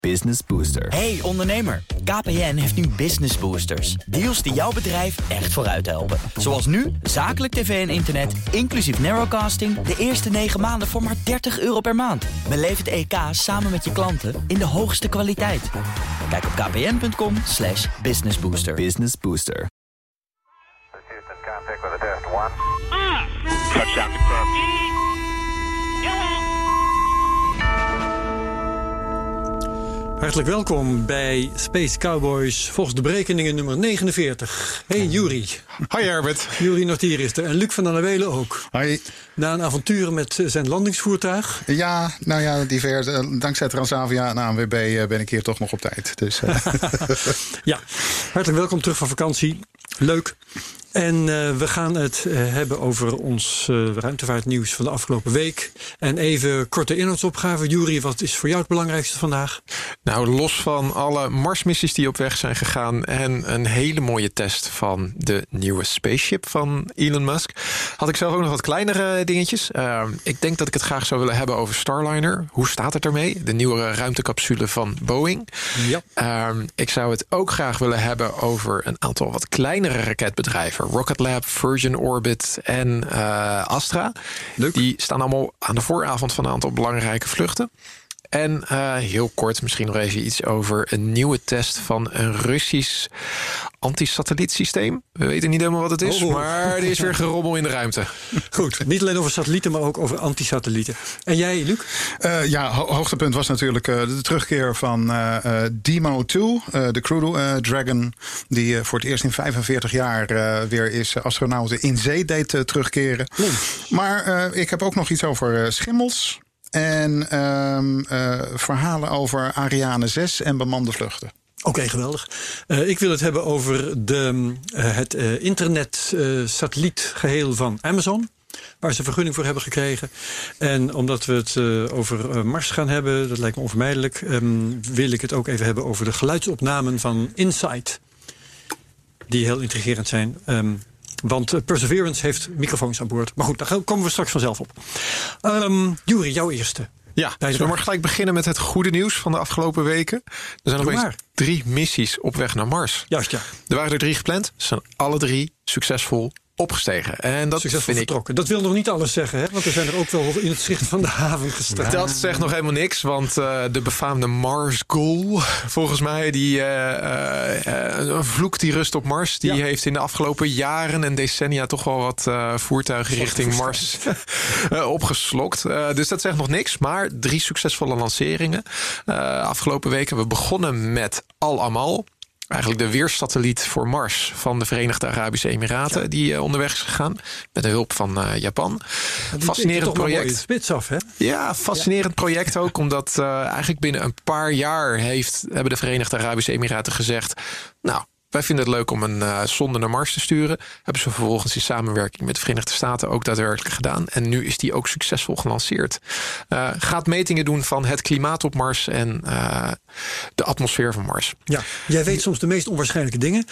Business Booster. Hey ondernemer, KPN heeft nu Business Boosters. Deals die jouw bedrijf echt vooruit helpen. Zoals nu, zakelijk tv en internet, inclusief narrowcasting... de eerste 9 maanden voor maar €30 per maand. Beleef het EK samen met je klanten in de hoogste kwaliteit. Kijk op kpn.com/businessbooster. Business Booster. Houston, contact with a test 1. Touchdown confirmed. Hartelijk welkom bij Space Cowboys volgens de berekeningen nummer 49. Hey Juri. Hi Herbert. Juri Nortier is er en Luc van der Lewelen ook. Hi. Na een avontuur met zijn landingsvoertuig. Ja, nou ja, dankzij Transavia en ANWB ben ik hier toch nog op tijd. Dus, Ja, hartelijk welkom terug van vakantie. Leuk. En we gaan het hebben over ons ruimtevaartnieuws van de afgelopen week. En even korte inhoudsopgave. Juri, wat is voor jou het belangrijkste vandaag? Nou, los van alle Marsmissies die op weg zijn gegaan en een hele mooie test van de nieuwe spaceship van Elon Musk, had ik zelf ook nog wat kleinere dingetjes. Ik denk dat ik het graag zou willen hebben over Starliner. Hoe staat het ermee? De nieuwe ruimtecapsule van Boeing. Ja. Ik zou het ook graag willen hebben over een aantal wat kleinere raketbedrijven. Rocket Lab, Virgin Orbit en Astra. Leuk. Die staan allemaal aan de vooravond van een aantal belangrijke vluchten. En heel kort misschien nog even iets over een nieuwe test van een Russisch antisatellietsysteem. We weten niet helemaal wat het is, maar er is weer gerommel in de ruimte. Goed, niet alleen over satellieten, maar ook over antisatellieten. En jij, Luc? Hoogtepunt was natuurlijk de terugkeer van Demo 2, de Crew Dragon, die voor het eerst in 45 jaar weer is astronauten in zee deed terugkeren. Maar ik heb ook nog iets over schimmels. En verhalen over Ariane 6 en bemande vluchten. Oké, geweldig. Ik wil het hebben over het internet-satellietgeheel van Amazon, waar ze vergunning voor hebben gekregen. En omdat we het over Mars gaan hebben, dat lijkt me onvermijdelijk, wil ik het ook even hebben over de geluidsopnamen van InSight, die heel intrigerend zijn. Want Perseverance heeft microfoons aan boord. Maar goed, daar komen we straks vanzelf op. Juri, jouw eerste. Ja, zullen we maar gelijk beginnen met het goede nieuws van de afgelopen weken. Er zijn opeens 3 missies op weg naar Mars. Juist, ja. Er waren er 3 gepland. Ze zijn alle 3 succesvol opgestegen. En dat succesvol vind vertrokken. Dat wil nog niet alles zeggen, hè? Want er zijn er ook wel in het zicht van de haven gestaan. Dat zegt nog helemaal niks, want de befaamde Mars Goal, volgens mij, een vloek die rust op Mars, die heeft in de afgelopen jaren en decennia toch wel wat voertuigen richting Mars opgeslokt. Dus dat zegt nog niks, maar 3 succesvolle lanceringen. Afgelopen weken hebben we begonnen met Al-Amal. Eigenlijk de weersatelliet voor Mars van de Verenigde Arabische Emiraten, die onderweg is gegaan met de hulp van Japan. Fascinerend project. Een spits af, hè? Ja, fascinerend project ook, omdat eigenlijk binnen een paar jaar hebben de Verenigde Arabische Emiraten gezegd, nou, wij vinden het leuk om een sonde naar Mars te sturen. Hebben ze vervolgens in samenwerking met de Verenigde Staten ook daadwerkelijk gedaan. En nu is die ook succesvol gelanceerd. Gaat metingen doen van het klimaat op Mars en de atmosfeer van Mars. Ja, jij weet soms de meest onwaarschijnlijke dingen.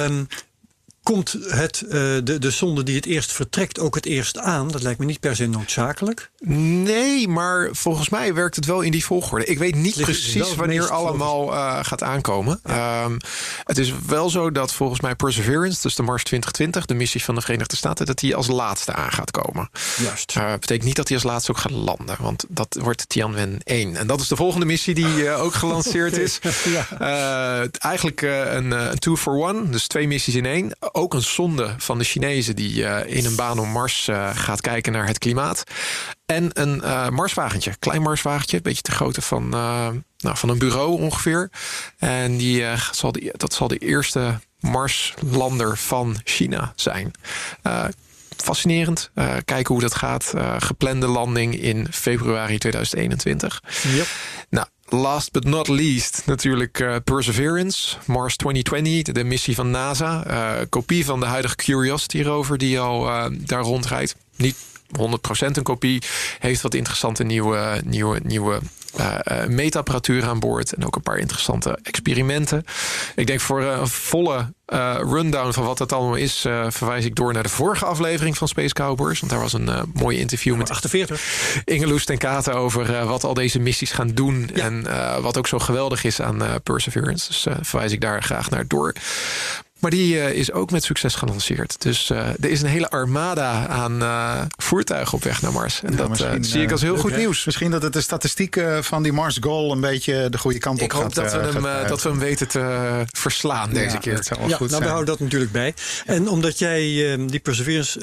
Komt de sonde die het eerst vertrekt ook het eerst aan? Dat lijkt me niet per se noodzakelijk. Nee, maar volgens mij werkt het wel in die volgorde. Ik weet niet precies wanneer allemaal gaat aankomen. Ja. Het is wel zo dat volgens mij Perseverance, dus de Mars 2020, de missie van de Verenigde Staten, dat die als laatste aan gaat komen. Juist. Betekent niet dat die als laatste ook gaat landen, want dat wordt Tianwen 1. En dat is de volgende missie die ook gelanceerd is. Eigenlijk een 2-for-1, dus 2 missies in 1. Ook een sonde van de Chinezen die in een baan om Mars gaat kijken naar het klimaat. En een Marswagentje, klein Marswagentje, een beetje de grootte van een bureau ongeveer. En dat zal de eerste Marslander van China zijn. Fascinerend. Kijken hoe dat gaat. Geplande landing in februari 2021. Yep. Nou, last but not least natuurlijk Perseverance, Mars 2020, de missie van NASA. Kopie van de huidige Curiosity rover die al daar rondrijdt. Niet 100% een kopie. Heeft wat interessante nieuwe meetapparatuur aan boord en ook een paar interessante experimenten. Ik denk voor een volle rundown van wat het allemaal is, verwijs ik door naar de vorige aflevering van Space Cowboys. Want daar was een mooi interview met 48. Ingeloes ten Kate over wat al deze missies gaan doen. Ja. En wat ook zo geweldig is aan Perseverance. Dus verwijs ik daar graag naar door. Maar die is ook met succes gelanceerd. Dus er is een hele armada aan voertuigen op weg naar Mars. En dat zie ik als heel goed nieuws. Misschien dat het de statistiek van die Mars Goal een beetje de goede kant op gaat. Ik hoop dat we hem weten te verslaan deze keer. Dat zou wel goed zijn. We houden dat natuurlijk bij. En omdat jij die Perseverance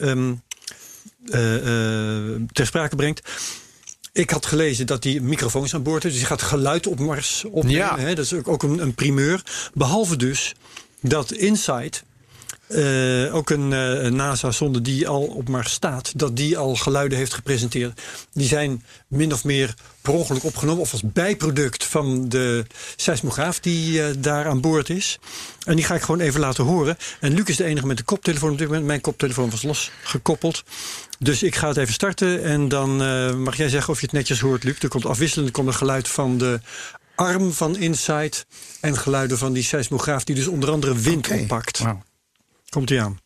ter sprake brengt. Ik had gelezen dat die microfoons aan boord heeft. Dus die gaat geluid op Mars opnemen. Ja. Hè? Dat is ook een primeur. Behalve dus dat InSight, ook een NASA-zonde die al op Mars staat, dat die al geluiden heeft gepresenteerd. Die zijn min of meer per ongeluk opgenomen of als bijproduct van de seismograaf die daar aan boord is. En die ga ik gewoon even laten horen. En Luc is de enige met de koptelefoon op dit moment. Mijn koptelefoon was losgekoppeld. Dus ik ga het even starten en dan mag jij zeggen of je het netjes hoort, Luc. Er komt afwisselend geluid van de arm van InSight en geluiden van die seismograaf die dus onder andere wind oppakt. Wow. Komt-ie aan.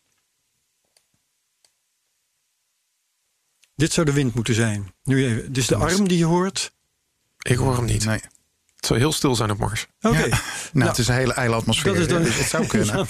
Dit zou de wind moeten zijn. Nu even. Dus de arm die je hoort. Ik hoor hem niet. Nee. Het zou heel stil zijn op Mars. Oké. Ja. Nou, het is een hele ijle atmosfeer. Dat is dan, dus het zou kunnen.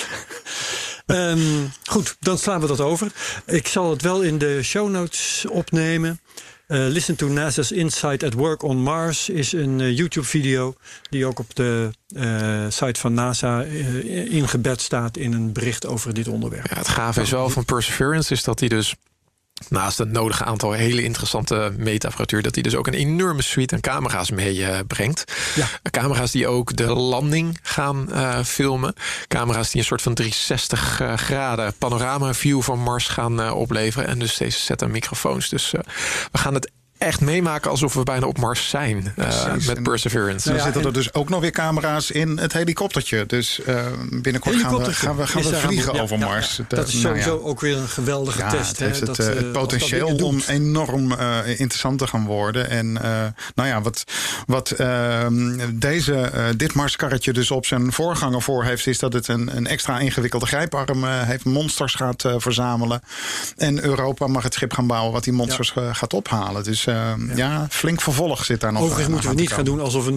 Goed, dan slaan we dat over. Ik zal het wel in de show notes opnemen. Listen to NASA's Insight at Work on Mars is een YouTube-video die ook op de site van NASA ingebed staat in een bericht over dit onderwerp. Ja, het gave is wel van Perseverance is dat hij dus naast het nodige aantal hele interessante meetapparatuur, dat hij dus ook een enorme suite aan camera's meebrengt. Ja. Camera's die ook de landing gaan filmen. Camera's die een soort van 360 graden panorama view van Mars gaan opleveren. En dus deze set aan microfoons. Dus we gaan het echt meemaken alsof we bijna op Mars zijn met Perseverance. Dan zitten er dus ook nog weer camera's in het helikoptertje. Dus binnenkort gaan we vliegen over Mars. Dat is sowieso ook weer een geweldige test. Het heeft het potentieel om enorm interessant te gaan worden. En wat dit Marskarretje dus op zijn voorganger voor heeft, is dat het een extra ingewikkelde grijparm heeft. Monsters gaat verzamelen. En Europa mag het schip gaan bouwen wat die monsters gaat ophalen. Dus flink vervolg zit daar nog. Overigens moeten we niet gaan doen alsof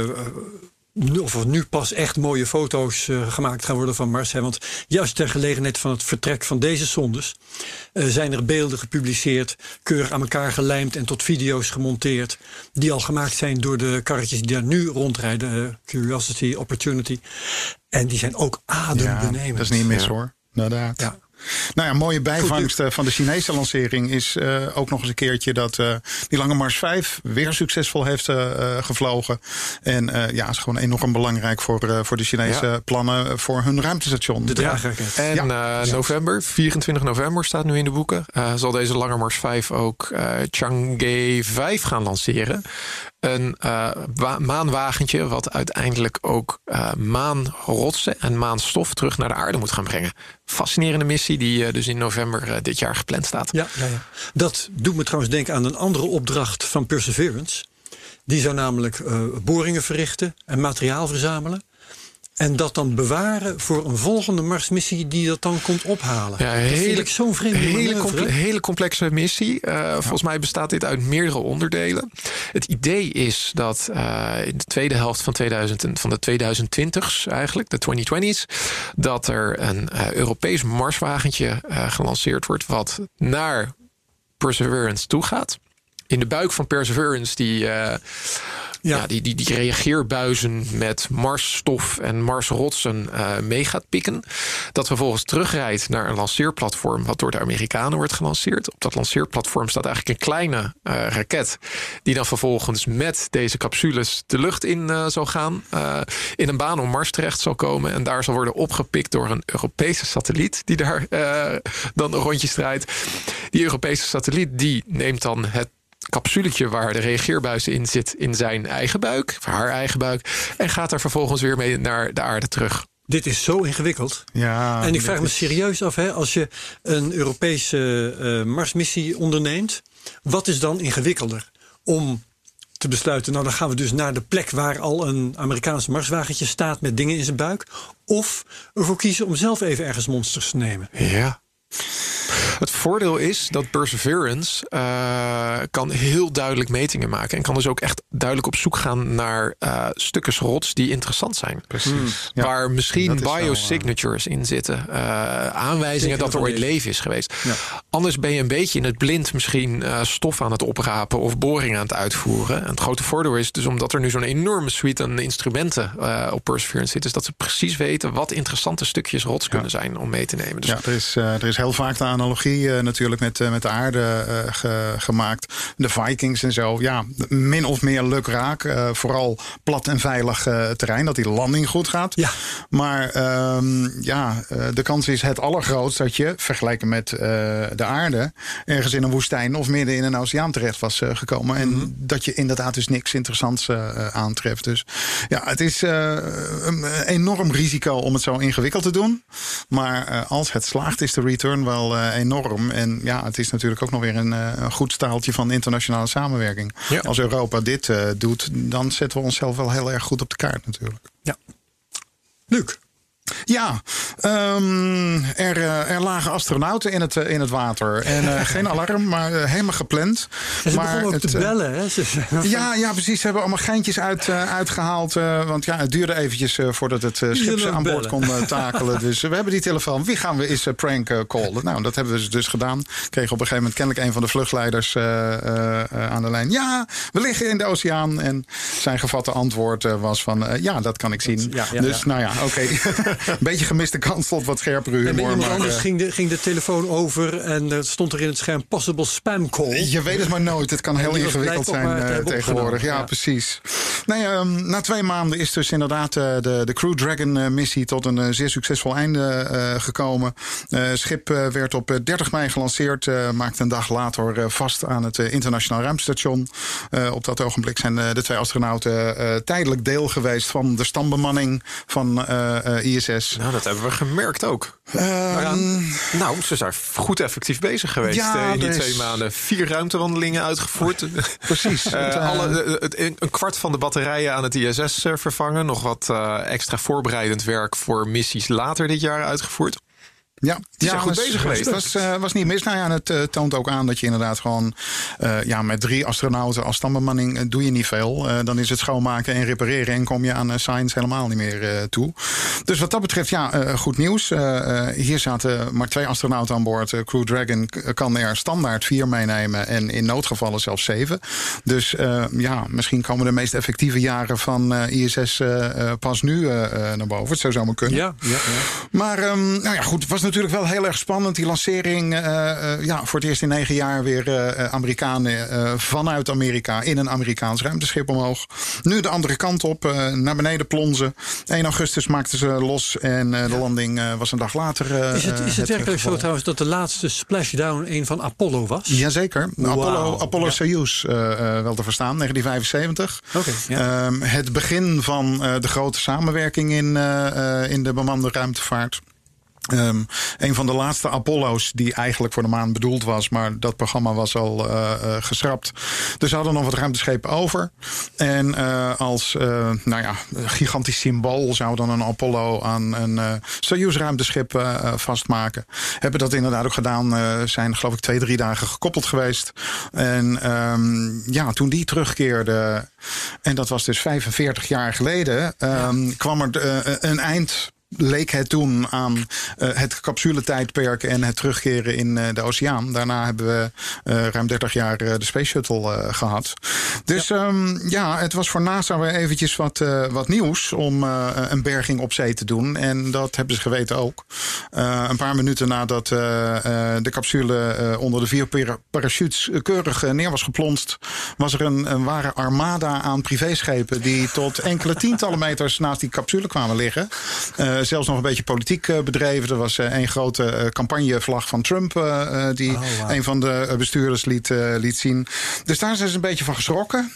we nu pas echt mooie foto's gemaakt gaan worden van Mars. Hè? Want juist ter gelegenheid van het vertrek van deze sondes zijn er beelden gepubliceerd, keurig aan elkaar gelijmd en tot video's gemonteerd, die al gemaakt zijn door de karretjes die daar nu rondrijden, Curiosity, Opportunity. En die zijn ook adembenemend. Dat is niet mis hoor. Inderdaad. Ja. Nou ja, mooie bijvangst van de Chinese lancering is ook nog eens een keertje dat die Lange Mars 5 weer succesvol heeft gevlogen. En is gewoon enorm belangrijk voor de Chinese plannen voor hun ruimtestation. De draagraket. En november, 24 november staat nu in de boeken. Zal deze Lange Mars 5 ook Chang'e 5 gaan lanceren. Een maanwagentje wat uiteindelijk ook maanrotsen en maanstof terug naar de aarde moet gaan brengen. Fascinerende missie die dus in november dit jaar gepland staat. Ja. Dat doet me trouwens denken aan een andere opdracht van Perseverance. Die zou namelijk boringen verrichten en materiaal verzamelen. En dat dan bewaren voor een volgende Marsmissie die dat dan komt ophalen. Ja, zo'n vreemde hele complexe missie. Volgens mij bestaat dit uit meerdere onderdelen. Het idee is dat in de tweede helft van de 2020's eigenlijk, de 2020's, dat er een Europees Marswagentje gelanceerd wordt wat naar Perseverance toe gaat. In de buik van Perseverance die reageerbuizen met Marsstof en Marsrotsen mee gaat pikken. Dat vervolgens terugrijdt naar een lanceerplatform wat door de Amerikanen wordt gelanceerd. Op dat lanceerplatform staat eigenlijk een kleine raket die dan vervolgens met deze capsules de lucht in zal gaan. In een baan om Mars terecht zal komen en daar zal worden opgepikt door een Europese satelliet die daar dan een rondje draait. Die Europese satelliet die neemt dan het capsuletje waar de reageerbuis in zit in zijn eigen buik, of haar eigen buik, en gaat er vervolgens weer mee naar de aarde terug. Dit is zo ingewikkeld. Ja, en ik vraag me serieus af, als je een Europese Marsmissie onderneemt, wat is dan ingewikkelder? Om te besluiten, nou dan gaan we dus naar de plek waar al een Amerikaans Marswagentje staat met dingen in zijn buik. Of ervoor kiezen om zelf even ergens monsters te nemen. Ja. Het voordeel is dat Perseverance kan heel duidelijk metingen maken. En kan dus ook echt duidelijk op zoek gaan naar stukken rots die interessant zijn. Precies. Waar misschien dat is biosignatures in zitten. Aanwijzingen dat er ooit leven is geweest. Ja. Anders ben je een beetje in het blind misschien stof aan het oprapen of boringen aan het uitvoeren. En het grote voordeel is dus omdat er nu zo'n enorme suite aan instrumenten op Perseverance zit, is dat ze precies weten wat interessante stukjes rots kunnen zijn om mee te nemen. Dus ja, er is heel vaak de analogie natuurlijk met de aarde gemaakt. De Vikings en zo. Ja, min of meer lukraak. Vooral plat en veilig terrein. Dat die landing goed gaat. Ja. Maar de kans is het allergrootst dat je, vergeleken met de aarde, ergens in een woestijn of midden in een oceaan terecht was gekomen. En dat je inderdaad dus niks interessants aantreft. Dus ja, het is een enorm risico om het zo ingewikkeld te doen. Maar als het slaagt is de return wel enorm. En ja, het is natuurlijk ook nog weer een goed staaltje van internationale samenwerking. Ja. Als Europa dit doet, dan zetten we onszelf wel heel erg goed op de kaart natuurlijk. Ja. Luc? Ja, er lagen astronauten in het water. En geen alarm, maar helemaal gepland. En ze maar begonnen ook te bellen, hè? Ja, precies. Ze hebben allemaal geintjes uitgehaald. Want ja, het duurde eventjes voordat het schip aan boord kon takelen. Dus we hebben die telefoon. Wie gaan we eens prank callen? Nou, dat hebben we dus gedaan. Kregen op een gegeven moment kennelijk een van de vluchtleiders aan de lijn. Ja, we liggen in de oceaan. En zijn gevatte antwoord was van, ja, dat kan ik zien. Nou ja, oké. Een beetje gemiste kans tot wat scherpere humor. En bij iemand anders ging de telefoon over en er stond er in het scherm possible spam call. Je weet het maar nooit. Het kan heel ingewikkeld zijn tegenwoordig. Ja, precies. Nee, na 2 maanden is dus inderdaad de Crew Dragon missie tot een zeer succesvol einde gekomen. Schip werd op 30 mei gelanceerd. Maakte een dag later vast aan het internationaal ruimtestation. Op dat ogenblik zijn de 2 astronauten tijdelijk deel geweest van de stambemanning van ISS. Nou, dat hebben we gemerkt ook. Ze zijn goed effectief bezig geweest in die 2 maanden. 4 ruimtewandelingen uitgevoerd. Precies. Een kwart van de batterijen aan het ISS vervangen. Nog wat extra voorbereidend werk voor missies later dit jaar uitgevoerd. Ja, die zijn goed bezig geweest. Was niet mis. Nou ja, en het toont ook aan dat je inderdaad gewoon met 3 astronauten als stambemanning doe je niet veel. Dan is het schoonmaken en repareren en kom je aan science helemaal niet meer toe. Dus wat dat betreft, goed nieuws. Hier zaten maar 2 astronauten aan boord. Crew Dragon kan er standaard 4 meenemen en in noodgevallen zelfs 7. Dus misschien komen de meest effectieve jaren van ISS pas nu naar boven. Het zou zomaar kunnen. Ja. Maar goed, het was natuurlijk wel heel erg spannend. Die lancering, voor het eerst in 9 jaar weer Amerikanen vanuit Amerika in een Amerikaans ruimteschip omhoog. Nu de andere kant op, naar beneden plonzen. 1 augustus maakten ze los en de landing was een dag later. Is het werkelijk zo trouwens dat de laatste splashdown een van Apollo was? Jazeker. Apollo Soyuz wel te verstaan, 1975. Okay, het begin van de grote samenwerking in de bemande ruimtevaart. Een van de laatste Apollo's die eigenlijk voor de maan bedoeld was, maar dat programma was al geschrapt. Dus ze hadden nog wat ruimteschepen over. En als gigantisch symbool zou dan een Apollo aan een Soyuz ruimteschip vastmaken. Hebben dat inderdaad ook gedaan. Zijn geloof ik 2-3 dagen gekoppeld geweest. En toen die terugkeerde, en dat was dus 45 jaar geleden, kwam er een eind, leek het toen aan het capsuletijdperk en het terugkeren in de oceaan. Daarna hebben we ruim 30 jaar de Space Shuttle gehad. Dus het was voor NASA weer eventjes wat nieuws om een berging op zee te doen. En dat hebben ze geweten ook. Een paar minuten nadat de capsule onder de 4 parachutes keurig neer was geplonst, was er een ware armada aan privéschepen die tot enkele tientallen meters naast die capsule kwamen liggen. Zelfs nog een beetje politiek bedreven. Er was een grote campagnevlag van Trump die een van de bestuurders liet zien. Dus daar zijn ze een beetje van geschrokken.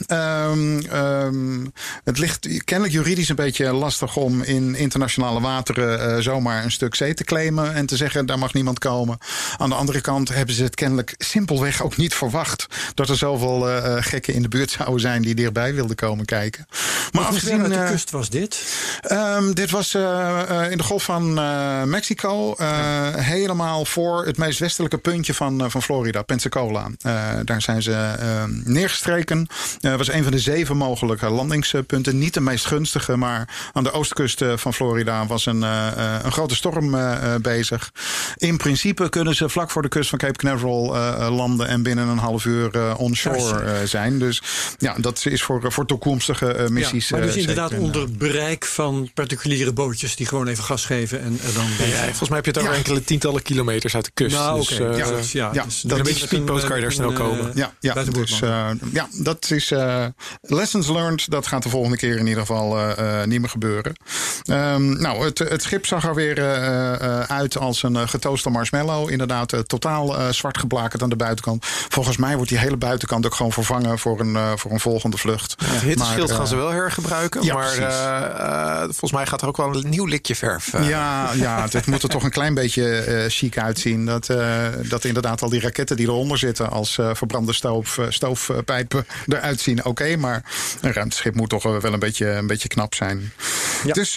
Het ligt kennelijk juridisch een beetje lastig om in internationale wateren zomaar een stuk zee te claimen en te zeggen daar mag niemand komen. Aan de andere kant hebben ze het kennelijk simpelweg ook niet verwacht dat er zoveel gekken in de buurt zouden zijn die dichtbij wilden komen kijken. Maar afgezien uit de kust was dit? Dit was in de Golf van Mexico. Helemaal voor het meest westelijke puntje van Florida, Pensacola. Daar zijn ze neergestreken. Was een van de 7 mogelijke landingspunten. Niet de meest gunstige, maar aan de oostkust van Florida was een grote storm bezig. In principe kunnen ze vlak voor de kust van Cape Canaveral landen en binnen een half uur onshore zijn. Dus ja, dat is voor toekomstige missies. Ja, maar dus inderdaad onder bereik van particuliere bootjes die gewoon even gas geven en er dan. Volgens mij heb je het over enkele tientallen kilometers uit de kust. Nou, dus, dus een beetje speedboot kan je daar snel komen. Dat is lessons learned. Dat gaat de volgende keer in ieder geval niet meer gebeuren. Het schip zag er weer uit als een getooste marshmallow. Inderdaad, totaal zwart geblakerd aan de buitenkant. Volgens mij wordt die hele buitenkant ook gewoon vervangen voor een volgende vlucht. Ja, het hitteschild gaan ze wel hergebruiken. Ja, maar volgens mij gaat er ook wel een nieuw likje verf. Het moet er toch een klein beetje chic uitzien. Dat inderdaad al die raketten die eronder zitten als verbrande stoofpijpen eruit zien. Oké, maar een ruimteschip moet toch wel een beetje knap zijn. Ja. Dus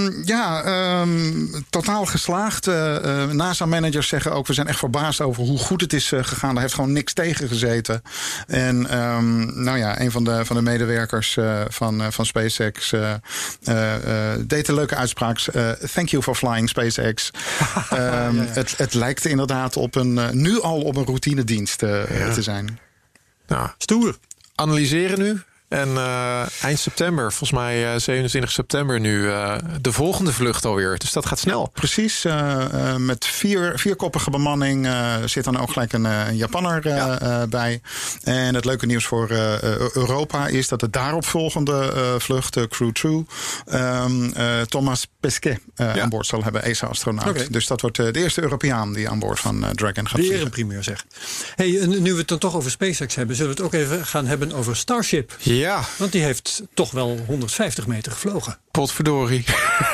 totaal geslaagd. NASA-managers zeggen ook, we zijn echt verbaasd over hoe goed het is gegaan. Daar heeft gewoon niks tegen gezeten. En een van de medewerkers van SpaceX deed een leuke uitspraak. Thank you for flying SpaceX. Het lijkt inderdaad nu al op een routinedienst te zijn. Nou, stoer. Analyseren nu. En eind september, volgens mij 27 september nu, de volgende vlucht alweer. Dus dat gaat snel. Precies, met vierkoppige bemanning zit dan ook gelijk een Japanner bij. En het leuke nieuws voor Europa is dat de daaropvolgende vlucht, Crew 2, Thomas Pesquet aan boord zal hebben, ESA-astronaut. Okay. Dus dat wordt de eerste Europeaan die aan boord van Dragon gaat vliegen. Weer een primeur zeg. Hey, nu we het dan toch over SpaceX hebben, zullen we het ook even gaan hebben over Starship. Ja. Want die heeft toch wel 150 meter gevlogen. Potverdorie.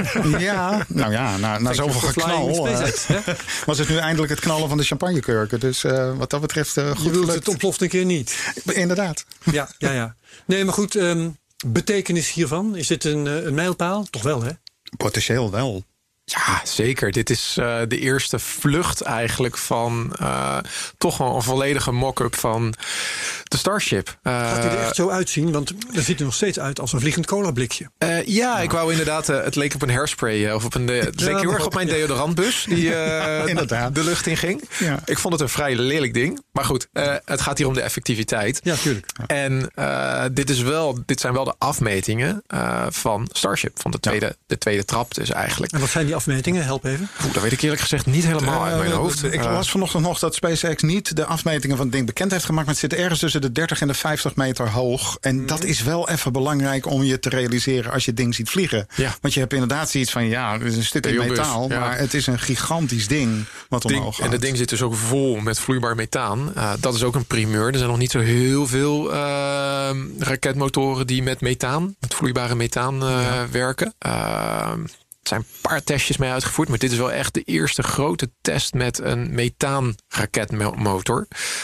Na zoveel geknal was het nu eindelijk het knallen van de champagnekurken. Dus wat dat betreft goed je wilt het ontploft een keer niet. Inderdaad. Ja. Nee, maar goed, betekenis hiervan, is dit een mijlpaal? Toch wel, hè? Potentieel wel. Ja, zeker. Dit is de eerste vlucht eigenlijk van toch wel een volledige mock-up van de Starship. Gaat hij er echt zo uitzien? Want er ziet er nog steeds uit als een vliegend colablikje. Ik wou inderdaad, het leek op een hairspray. Of het leek heel erg op mijn deodorantbus die de lucht in ging. Ja. Ik vond het een vrij lelijk ding. Maar goed, het gaat hier om de effectiviteit. Ja, tuurlijk. En dit zijn wel de afmetingen van Starship. Van de tweede trap dus eigenlijk. En wat zijn die afmetingen? Help even. Dat weet ik eerlijk gezegd niet helemaal uit mijn hoofd. Ik las vanochtend nog dat SpaceX niet de afmetingen van het ding bekend heeft gemaakt. Maar het zit ergens tussen de 30 en de 50 meter hoog. En dat is wel even belangrijk om je te realiseren als je het ding ziet vliegen. Ja. Want je hebt inderdaad zoiets van, het is een stukje metaal. Ja. Maar het is een gigantisch ding wat omhoog gaat. En dat ding zit dus ook vol met vloeibaar methaan. Dat is ook een primeur. Er zijn nog niet zo heel veel raketmotoren die met vloeibare methaan werken. Er zijn een paar testjes mee uitgevoerd, maar dit is wel echt de eerste grote test met een methaanraketmotor.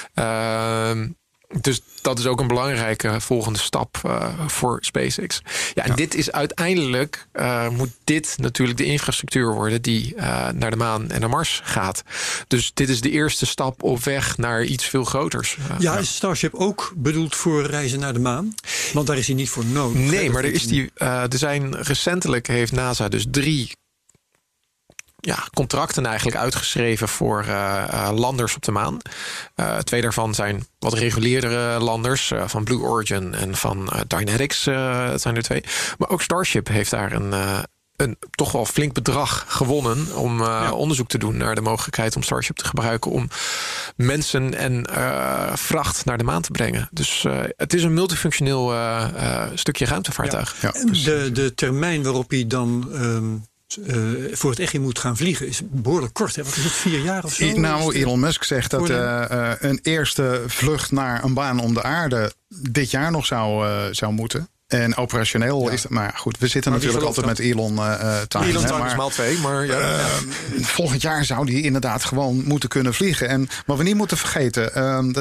Dus dat is ook een belangrijke volgende stap voor SpaceX. En dit is uiteindelijk, moet dit natuurlijk de infrastructuur worden die naar de maan en naar Mars gaat. Dus dit is de eerste stap op weg naar iets veel groters. Is Starship ook bedoeld voor reizen naar de maan? Want daar is hij niet voor nodig. Nee, maar recentelijk heeft NASA dus 3 contracten eigenlijk uitgeschreven voor landers op de maan. 2 daarvan zijn wat regulierdere landers, van Blue Origin en van Dynetics. Dat zijn er 2. Maar ook Starship heeft daar een toch wel flink bedrag gewonnen om onderzoek te doen naar de mogelijkheid om Starship te gebruiken om mensen en vracht naar de maan te brengen. Dus het is een multifunctioneel stukje ruimtevaartuig. Ja. De termijn waarop hij dan voor het echt moet gaan vliegen is behoorlijk kort. Hè? Wat is het, 4 jaar of zo? Nou, Elon Musk zegt dat een eerste vlucht naar een baan om de aarde dit jaar nog zou moeten. En operationeel is het. Maar goed, we zitten natuurlijk altijd met Elon time. Elon time is maal 2, maar volgend jaar zou die inderdaad gewoon moeten kunnen vliegen. En wat we niet moeten vergeten,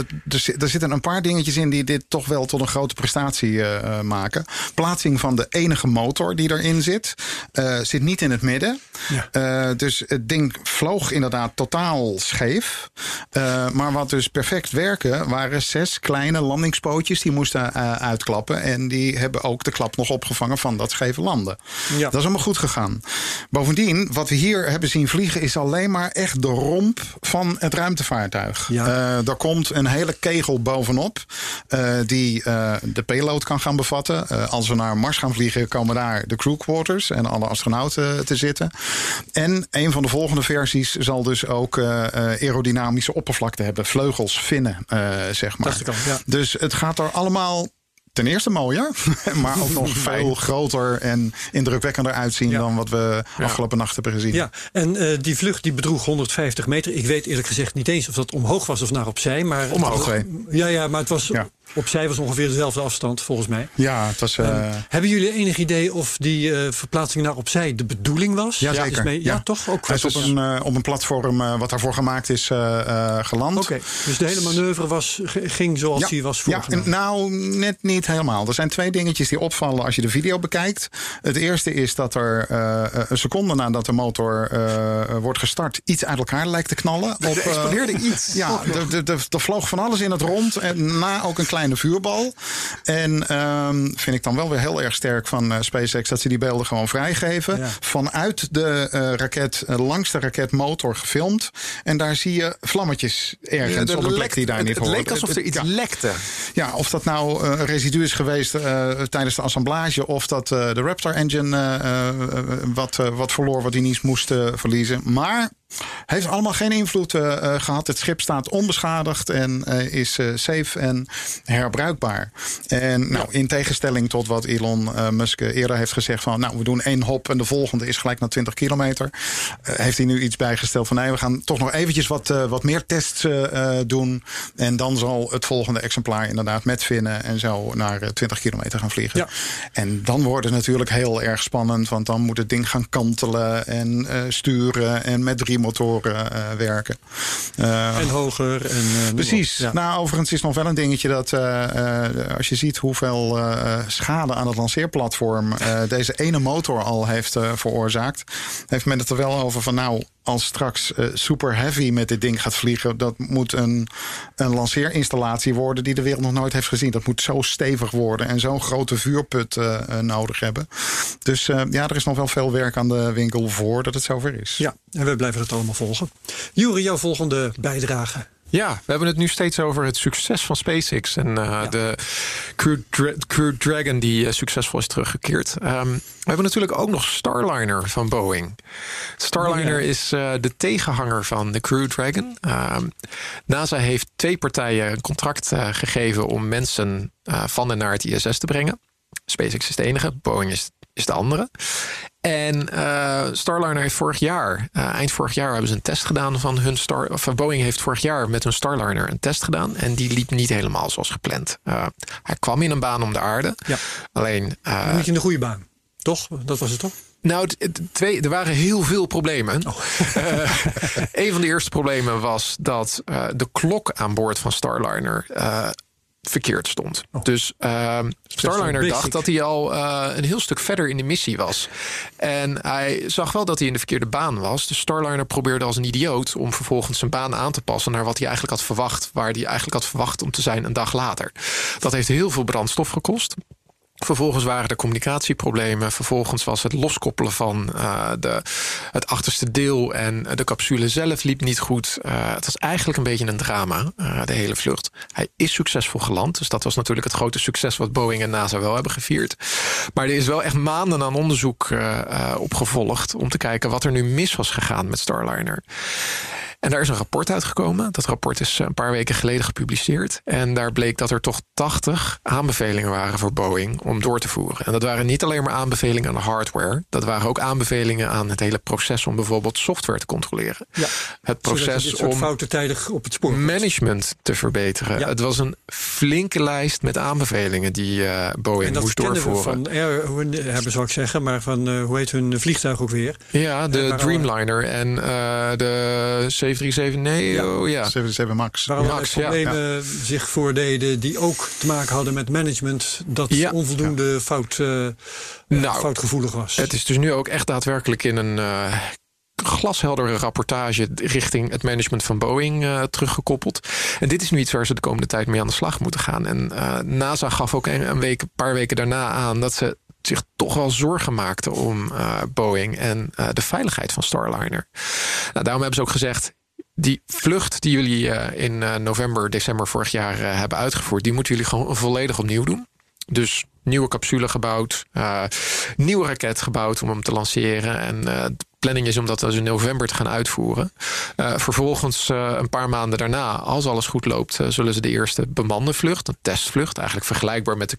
er zitten een paar dingetjes in die dit toch wel tot een grote prestatie maken. Plaatsing van de enige motor die erin zit niet in het midden. Ja. Dus het ding vloog inderdaad totaal scheef. Maar wat dus perfect werken, waren 6 kleine landingspootjes die moesten uitklappen. En die hebben ook de klap nog opgevangen van dat scheve landen. Ja. Dat is allemaal goed gegaan. Bovendien, wat we hier hebben zien vliegen is alleen maar echt de romp van het ruimtevaartuig. Ja. Daar komt een hele kegel bovenop die de payload kan gaan bevatten. Als we naar Mars gaan vliegen, komen daar de crew quarters en alle astronauten te zitten. En een van de volgende versies zal dus ook aerodynamische oppervlakte hebben. Vleugels, vinnen, zeg maar. Ja. Dus het gaat er allemaal ten eerste mooier, maar ook nog veel groter en indrukwekkender uitzien dan wat we afgelopen nacht hebben gezien. Ja, en die vlucht die bedroeg 150 meter. Ik weet eerlijk gezegd niet eens of dat omhoog was of naar opzij. Maar omhoog. Maar het was opzij was ongeveer dezelfde afstand volgens mij. Ja, het was. Hebben jullie enig idee of die verplaatsing naar opzij de bedoeling was? Ja, zeker. Ja, toch? Ook hij is op een platform wat daarvoor gemaakt is geland. Oké, dus de hele manoeuvre ging zoals die was voorgenomen? Ja, nou, net niet helemaal. Er zijn 2 dingetjes die opvallen als je de video bekijkt. Het eerste is dat er een seconde nadat de motor wordt gestart iets uit elkaar lijkt te knallen. Er explodeerde iets. Ja, er vloog van alles in het rond en na ook een kleine vuurbal. En vind ik dan wel weer heel erg sterk van SpaceX dat ze die beelden gewoon vrijgeven. Ja. Vanuit de raket, langs de raketmotor gefilmd. En daar zie je vlammetjes ergens op een plek die daar niet hoort. Het leek alsof er iets lekte. Ja, of dat nou een residu is geweest tijdens de assemblage, of dat de Raptor engine wat verloor wat hij niet moest verliezen. Maar heeft allemaal geen invloed gehad. Het schip staat onbeschadigd en is safe en herbruikbaar. En in tegenstelling tot wat Elon Musk eerder heeft gezegd van we doen 1 hop en de volgende is gelijk naar 20 kilometer. Heeft hij nu iets bijgesteld van nee, we gaan toch nog eventjes wat meer tests doen. En dan zal het volgende exemplaar inderdaad met vinnen en zo naar 20 kilometer gaan vliegen. Ja. En dan wordt het natuurlijk heel erg spannend, want dan moet het ding gaan kantelen en sturen en met 3 motoren werken. En hoger. Precies. Ja. Nou, overigens is nog wel een dingetje dat als je ziet hoeveel schade aan het lanceerplatform deze ene motor al heeft veroorzaakt, heeft men het er wel over van als straks super heavy met dit ding gaat vliegen, dat moet een lanceerinstallatie worden die de wereld nog nooit heeft gezien. Dat moet zo stevig worden en zo'n grote vuurput nodig hebben. Dus er is nog wel veel werk aan de winkel voordat het zover is. Ja, en we blijven het allemaal volgen. Juri, jouw volgende bijdrage. Ja, we hebben het nu steeds over het succes van SpaceX en de Crew Dragon die succesvol is teruggekeerd. We hebben natuurlijk ook nog Starliner van Boeing. Starliner is de tegenhanger van de Crew Dragon. NASA heeft 2 partijen een contract gegeven om mensen van en naar het ISS te brengen. SpaceX is de enige, Boeing is de andere. En Starliner heeft vorig jaar, eind vorig jaar, hebben ze een test gedaan van hun Boeing heeft vorig jaar met hun Starliner een test gedaan. En die liep niet helemaal zoals gepland. Hij kwam in een baan om de aarde. Ja. Alleen. Niet in de goede baan. Toch? Dat was het toch? Nou, er waren heel veel problemen. Een van de eerste problemen was dat de klok aan boord van Starliner verkeerd stond. Dus Starliner dacht dat hij al een heel stuk verder in de missie was. En hij zag wel dat hij in de verkeerde baan was. Dus Starliner probeerde als een idioot om vervolgens zijn baan aan te passen naar wat hij eigenlijk had verwacht, waar hij eigenlijk had verwacht om te zijn een dag later. Dat heeft heel veel brandstof gekost. Vervolgens waren er communicatieproblemen. Vervolgens was het loskoppelen van het achterste deel en de capsule zelf liep niet goed. Het was eigenlijk een beetje een drama, de hele vlucht. Hij is succesvol geland, dus dat was natuurlijk het grote succes wat Boeing en NASA wel hebben gevierd. Maar er is wel echt maanden aan onderzoek op gevolgd om te kijken wat er nu mis was gegaan met Starliner. En daar is een rapport uitgekomen. Dat rapport is een paar weken geleden gepubliceerd. En daar bleek dat er toch 80 aanbevelingen waren voor Boeing om door te voeren. En dat waren niet alleen maar aanbevelingen aan de hardware. Dat waren ook aanbevelingen aan het hele proces om bijvoorbeeld software te controleren. Ja, het proces om fouten tijdig op het spoor management te verbeteren. Ja. Het was een flinke lijst met aanbevelingen die Boeing moest doorvoeren. Hebben zou ik zeggen, maar van hoe heet hun vliegtuig ook weer? Ja, de Dreamliner en de 737 ja. 77 Max. Waar allerlei problemen zich voordeden die ook te maken hadden met management dat onvoldoende foutgevoelig was. Het is dus nu ook echt daadwerkelijk in een glasheldere rapportage richting het management van Boeing teruggekoppeld. En dit is nu iets waar ze de komende tijd mee aan de slag moeten gaan. En NASA gaf ook een paar weken daarna aan dat ze zich toch wel zorgen maakten om Boeing en de veiligheid van Starliner. Nou, daarom hebben ze ook gezegd, die vlucht die jullie in november, december vorig jaar hebben uitgevoerd, die moeten jullie gewoon volledig opnieuw doen. Dus nieuwe capsule gebouwd, nieuwe raket gebouwd om hem te lanceren. En de planning is om dat dus in november te gaan uitvoeren. Vervolgens een paar maanden daarna, als alles goed loopt, zullen ze de eerste bemande vlucht, een testvlucht, eigenlijk vergelijkbaar met de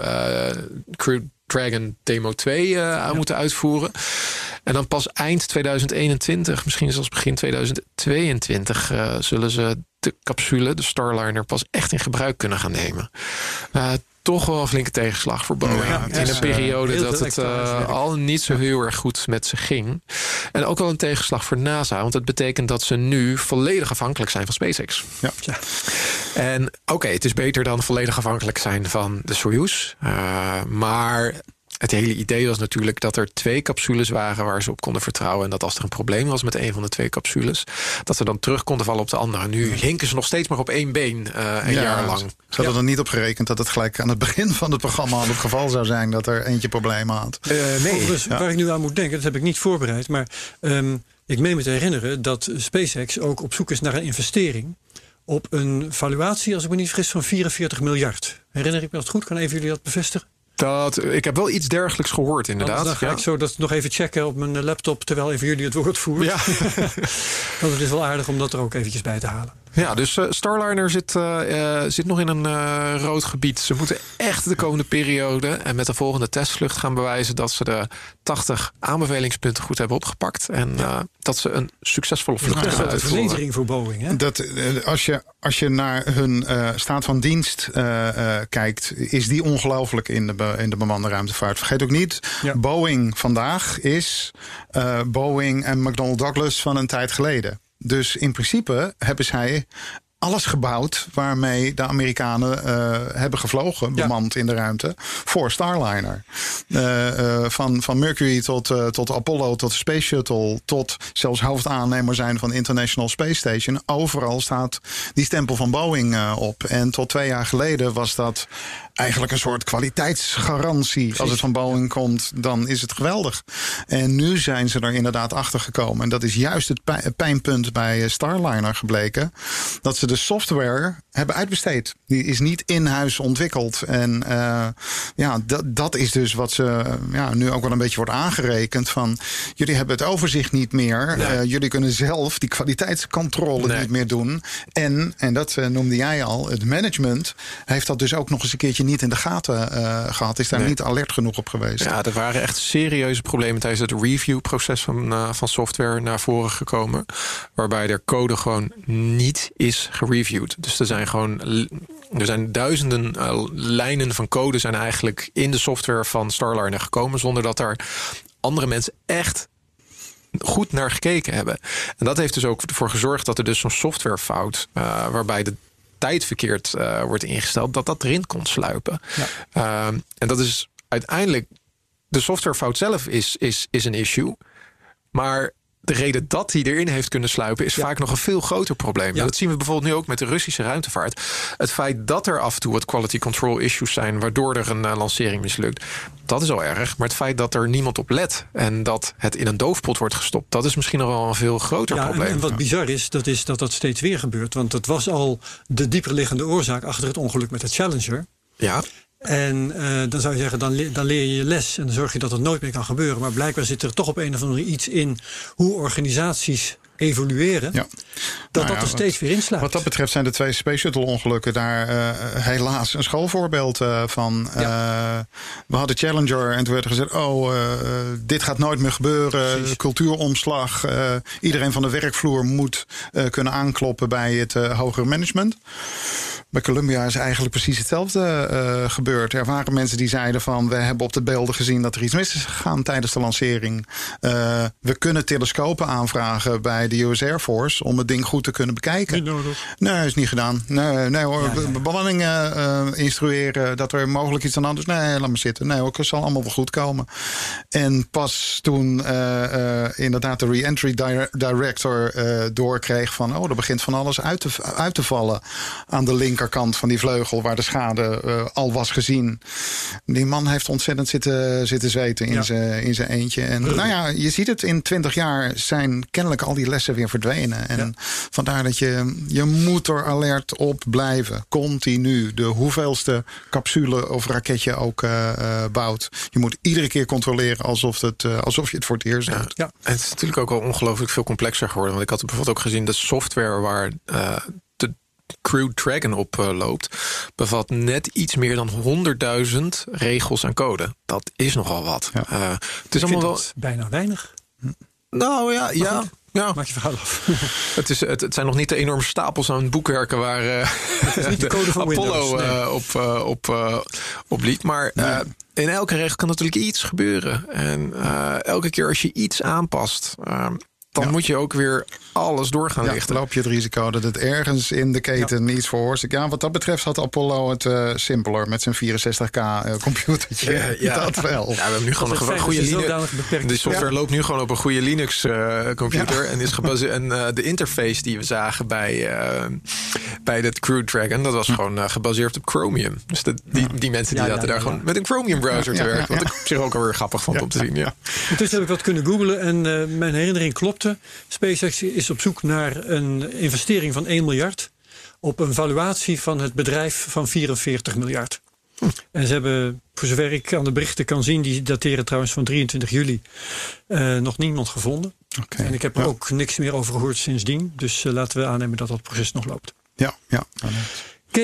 Crew Dragon Demo 2 moeten uitvoeren. En dan pas eind 2021, misschien zelfs begin 2022, zullen ze de capsule, de Starliner, pas echt in gebruik kunnen gaan nemen. Toch wel een flinke tegenslag voor Boeing. Ja, in een periode dat het al niet zo heel erg goed met ze ging. En ook wel een tegenslag voor NASA. Want het betekent dat ze nu volledig afhankelijk zijn van SpaceX. Ja. En oké, het is beter dan volledig afhankelijk zijn van de Soyuz. Maar het hele idee was natuurlijk dat er 2 capsules waren waar ze op konden vertrouwen. En dat als er een probleem was met een van de 2 capsules, dat ze dan terug konden vallen op de andere. Nu hinken ze nog steeds maar op 1 been een jaar lang. Ze hadden er niet op gerekend dat het gelijk aan het begin van het programma al het geval zou zijn dat er eentje problemen had. Nee. Dus waar ik nu aan moet denken, dat heb ik niet voorbereid. Maar ik meen me te herinneren dat SpaceX ook op zoek is naar een investering op een valuatie, als ik me niet vergis, van 44 miljard. Herinner ik me dat goed? Kan even jullie dat bevestigen? Ik heb wel iets dergelijks gehoord, inderdaad. Dan ga ik zo dat nog even checken op mijn laptop, terwijl even jullie het woord voeren. Ja. Want het is wel aardig om dat er ook eventjes bij te halen. Ja, dus Starliner zit nog in een rood gebied. Ze moeten echt de komende periode en met de volgende testvlucht gaan bewijzen dat ze de 80 aanbevelingspunten goed hebben opgepakt. En dat ze een succesvolle vlucht kunnen uitvoeren. Dat is een vernedering voor Boeing. Hè? Als je naar hun staat van dienst kijkt, is die ongelooflijk in de bemande ruimtevaart. Vergeet ook niet, Boeing vandaag is Boeing en McDonnell Douglas van een tijd geleden. Dus in principe hebben zij alles gebouwd waarmee de Amerikanen hebben gevlogen, bemand in de ruimte, voor Starliner. Van Mercury tot Apollo, tot Space Shuttle, tot zelfs hoofdaannemer zijn van International Space Station. Overal staat die stempel van Boeing op. En tot 2 jaar geleden was dat eigenlijk een soort kwaliteitsgarantie. Precies. Als het van Boeing komt, dan is het geweldig. En nu zijn ze er inderdaad achter gekomen. En dat is juist het pijnpunt bij Starliner gebleken. Dat ze de software hebben uitbesteed. Die is niet in huis ontwikkeld. En dat is dus wat ze nu ook wel een beetje wordt aangerekend. Van jullie hebben het overzicht niet meer. Nee. Jullie kunnen zelf die kwaliteitscontrole niet meer doen. En dat noemde jij al. Het management heeft dat dus ook nog eens een keertje niet in de gaten gehad. Is daar niet alert genoeg op geweest. Ja, er waren echt serieuze problemen tijdens het reviewproces van software naar voren gekomen. Waarbij de code gewoon niet is gereviewd. Dus er zijn duizenden lijnen van code zijn eigenlijk in de software van Starliner gekomen, zonder dat er andere mensen echt goed naar gekeken hebben. En dat heeft dus ook ervoor gezorgd dat er dus zo'n softwarefout, waarbij de tijd verkeerd wordt ingesteld, dat erin kon sluipen. Ja. En dat is uiteindelijk, de softwarefout zelf is een issue, maar de reden dat hij erin heeft kunnen sluipen is vaak nog een veel groter probleem. Ja. Dat zien we bijvoorbeeld nu ook met de Russische ruimtevaart. Het feit dat er af en toe wat quality control issues zijn, waardoor er een lancering mislukt, dat is al erg. Maar het feit dat er niemand op let en dat het in een doofpot wordt gestopt, dat is misschien nog wel een veel groter probleem. En wat bizar is dat steeds weer gebeurt. Want dat was al de dieperliggende oorzaak achter het ongeluk met de Challenger. Ja. En dan zou je zeggen, dan leer je je les en dan zorg je dat het nooit meer kan gebeuren. Maar blijkbaar zit er toch op een of andere manier iets in hoe organisaties evolueren, dat er steeds weer insluit. Wat dat betreft zijn de 2 Space Shuttle ongelukken daar helaas een schoolvoorbeeld van. We hadden Challenger en toen werd er gezegd, dit gaat nooit meer gebeuren. Cultuuromslag. Iedereen van de werkvloer moet kunnen aankloppen bij het hogere management. Bij Columbia is eigenlijk precies hetzelfde gebeurd. Er waren mensen die zeiden van, we hebben op de beelden gezien dat er iets mis is gegaan tijdens de lancering. We kunnen telescopen aanvragen bij de US Air Force om het ding goed te kunnen bekijken. Niet nodig. Nee, is niet gedaan. Nee hoor, bemanning instrueren dat er mogelijk iets aan de hand is. Nee, laat maar zitten. Nee hoor, het zal allemaal wel goed komen. En pas toen inderdaad de re-entry director doorkreeg van, er begint van alles uit te vallen aan de linkerkant van die vleugel waar de schade al was gezien. Die man heeft ontzettend zitten zweten in zijn eentje. En je ziet het, in 20 jaar zijn kennelijk al die lessen weer verdwenen. En vandaar dat je moet er alert op blijven. Continu. De hoeveelste capsule of raketje ook bouwt. Je moet iedere keer controleren alsof je het voor het eerst doet. Ja. En het is natuurlijk ook al ongelooflijk veel complexer geworden. Want ik had bijvoorbeeld ook gezien de software waar de Crew Dragon op loopt, bevat net iets meer dan 100.000 regels en code. Dat is nogal wat. Ja. Het is allemaal wel bijna weinig. Nou ja. Maak je verhaal af. Het zijn nog niet de enorme stapels aan boekwerken waar het is niet de code van Apollo Windows, op liet. Maar in elke regel kan natuurlijk iets gebeuren. En elke keer als je iets aanpast, dan moet je ook weer alles door gaan lichten. Dan loop je het risico dat het ergens in de keten iets veroorzaakt. Ja, wat dat betreft had Apollo het simpeler met zijn 64K computertje. Dat wel. Ja, we hebben nu gewoon een goede Linux. De software loopt nu gewoon op een goede Linux computer. En is gebaseerd. En de interface die we zagen bij dat Crew Dragon, dat was gewoon gebaseerd op Chromium. Dus die mensen die zaten daar gewoon met een Chromium browser te werken. Wat ik op zich ook alweer grappig vond om te zien. Ja. Intussen heb ik wat kunnen googlen en mijn herinnering klopte. SpaceX is op zoek naar een investering van 1 miljard... op een valuatie van het bedrijf van 44 miljard. En ze hebben, voor zover ik aan de berichten kan zien, die dateren trouwens van 23 juli... nog niemand gevonden. Okay. En ik heb er ook niks meer over gehoord sindsdien. Dus laten we aannemen dat dat proces nog loopt. Ja. Oké,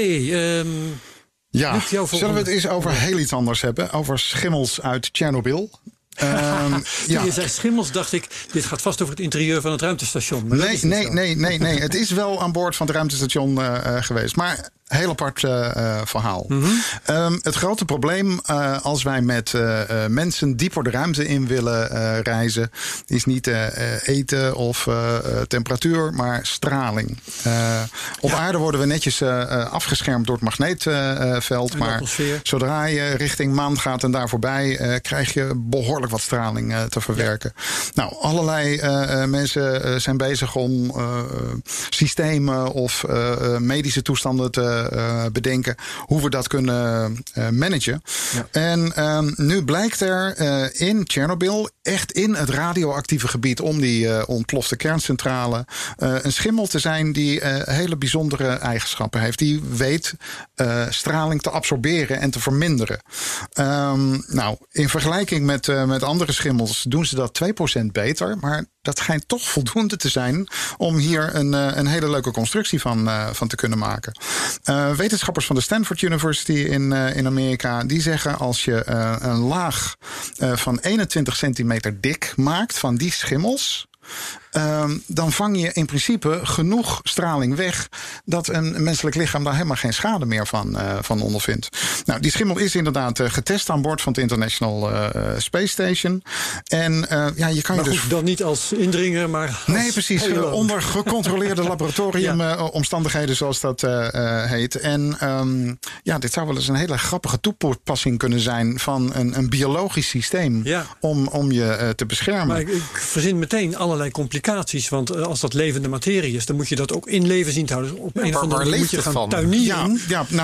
zullen we het eens over heel iets anders hebben? Over schimmels uit Tsjernobyl. Toen je zei schimmels, dacht ik, dit gaat vast over het interieur van het ruimtestation. Nee. Het is wel aan boord van het ruimtestation geweest. Maar heel apart verhaal. Mm-hmm. Het grote probleem als wij met mensen dieper de ruimte in willen reizen, is niet eten of temperatuur, maar straling. Op aarde worden we netjes afgeschermd door het magneetveld. Maar zodra je richting maan gaat en daar voorbij, krijg je behoorlijk wat straling te verwerken. Nou, allerlei mensen zijn bezig om systemen of medische toestanden te bedenken hoe we dat kunnen managen. Ja. En nu blijkt er in Tsjernobyl, echt in het radioactieve gebied om die ontplofte kerncentrale, een schimmel te zijn die hele bijzondere eigenschappen heeft. Die weet straling te absorberen en te verminderen. Nou, in vergelijking met andere schimmels doen ze dat 2% beter, maar dat schijnt toch voldoende te zijn om hier een hele leuke constructie van te kunnen maken. Wetenschappers van de Stanford University in Amerika, die zeggen als je een laag van 21 centimeter dik maakt van die schimmels, dan vang je in principe genoeg straling weg dat een menselijk lichaam daar helemaal geen schade meer van ondervindt. Nou, die schimmel is inderdaad getest aan boord van het International Space Station. En je kan maar goed, dan niet als indringer, maar als nee, precies. Onder gecontroleerde laboratoriumomstandigheden, zoals dat heet. En dit zou wel eens een hele grappige toepassing kunnen zijn van een biologisch systeem om je te beschermen. Maar ik verzin meteen allerlei complicaties. Want als dat levende materie is, dan moet je dat ook in leven zien te houden. Op een of andere manier moet je gaan tuinieren.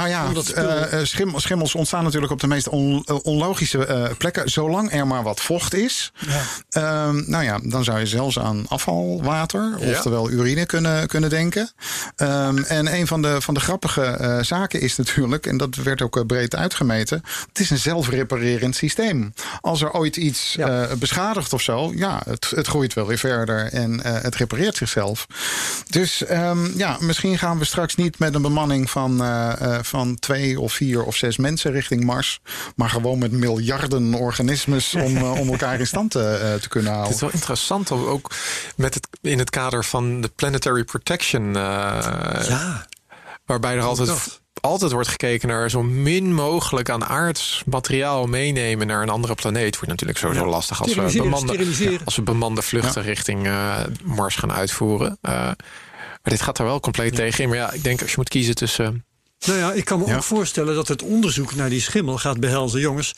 Schimmels ontstaan natuurlijk op de meest onlogische plekken. Zolang er maar wat vocht is. Ja. Dan zou je zelfs aan afvalwater, oftewel urine kunnen denken. En een van de grappige zaken is natuurlijk, en dat werd ook breed uitgemeten, het is een zelfreparerend systeem. Als er ooit iets beschadigt of zo, het groeit wel weer verder en het repareert zichzelf. Dus misschien gaan we straks niet met een bemanning van 2 of 4 of 6 mensen richting Mars, maar gewoon met miljarden organismes om elkaar in stand te kunnen houden. Het is wel interessant, ook in het kader van de planetary protection. Waarbij er altijd wordt gekeken naar zo min mogelijk aan aards materiaal meenemen naar een andere planeet. Wordt natuurlijk sowieso lastig als we bemande vluchten richting Mars gaan uitvoeren. Maar dit gaat er wel compleet tegen in. Maar ik denk als je moet kiezen tussen... Nou ja, ik kan me ook voorstellen dat het onderzoek naar die schimmel gaat behelzen. Jongens,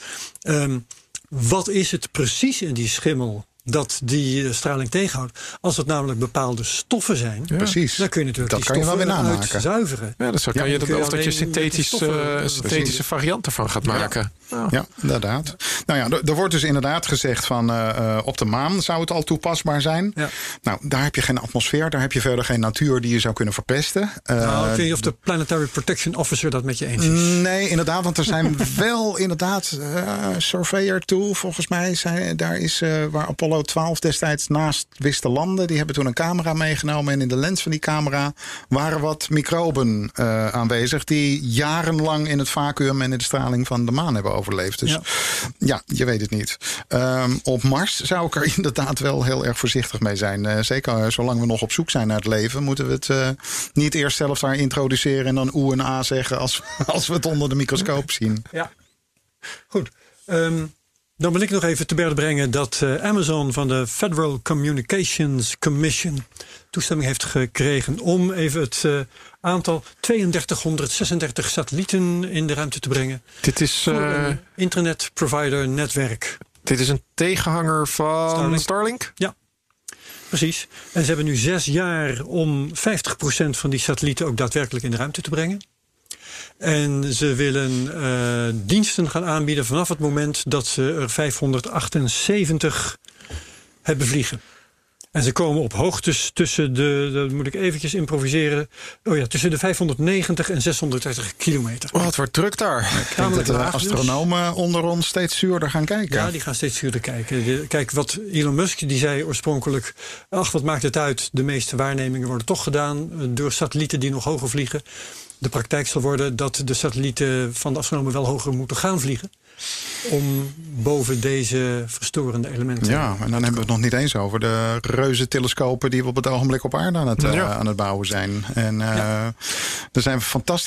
wat is het precies in die schimmel dat die straling tegenhoudt? Als het namelijk bepaalde stoffen zijn, precies. Dan kun je natuurlijk dat die stoffen uitzuiveren. Ja, dus kan je dat je synthetische varianten van gaat maken. Ja, inderdaad. Nou ja, er wordt dus inderdaad gezegd van op de maan zou het al toepasbaar zijn. Ja. Nou, daar heb je geen atmosfeer, daar heb je verder geen natuur die je zou kunnen verpesten. Ik weet niet of de Planetary Protection Officer dat met je eens is. Nee, inderdaad, want er zijn wel inderdaad Surveyor 2, volgens mij. Daar is waar Apollo 12 destijds naast wist te landen. Die hebben toen een camera meegenomen en in de lens van die camera waren wat microben aanwezig die jarenlang in het vacuüm en in de straling van de maan hebben overleefd. Dus je weet het niet. Op Mars zou ik er inderdaad wel heel erg voorzichtig mee zijn. Zeker zolang we nog op zoek zijn naar het leven, moeten we het niet eerst zelf daar introduceren en dan oe en a zeggen als we het onder de microscoop zien. Ja, goed. Dan wil ik nog even te berde brengen dat Amazon van de Federal Communications Commission toestemming heeft gekregen om even het aantal 3236 satellieten in de ruimte te brengen. Dit is een internet provider netwerk. Dit is een tegenhanger van Starlink? Ja, precies. En ze hebben nu 6 jaar om 50% van die satellieten ook daadwerkelijk in de ruimte te brengen. En ze willen diensten gaan aanbieden vanaf het moment dat ze er 578 hebben vliegen. En ze komen op hoogtes tussen dat moet ik eventjes improviseren. Tussen de 590 en 630 kilometer. Het wordt druk daar. Ik denk dat de astronomen onder ons steeds zuurder gaan kijken. Ja, die gaan steeds zuurder kijken. Kijk, wat Elon Musk die zei oorspronkelijk, wat maakt het uit? De meeste waarnemingen worden toch gedaan door satellieten die nog hoger vliegen. De praktijk zal worden dat de satellieten van de astronomen wel hoger moeten gaan vliegen. Om boven deze verstorende elementen. Ja, en dan hebben we het nog niet eens over de reuze telescopen die we op het ogenblik op aarde aan het bouwen zijn. En er zijn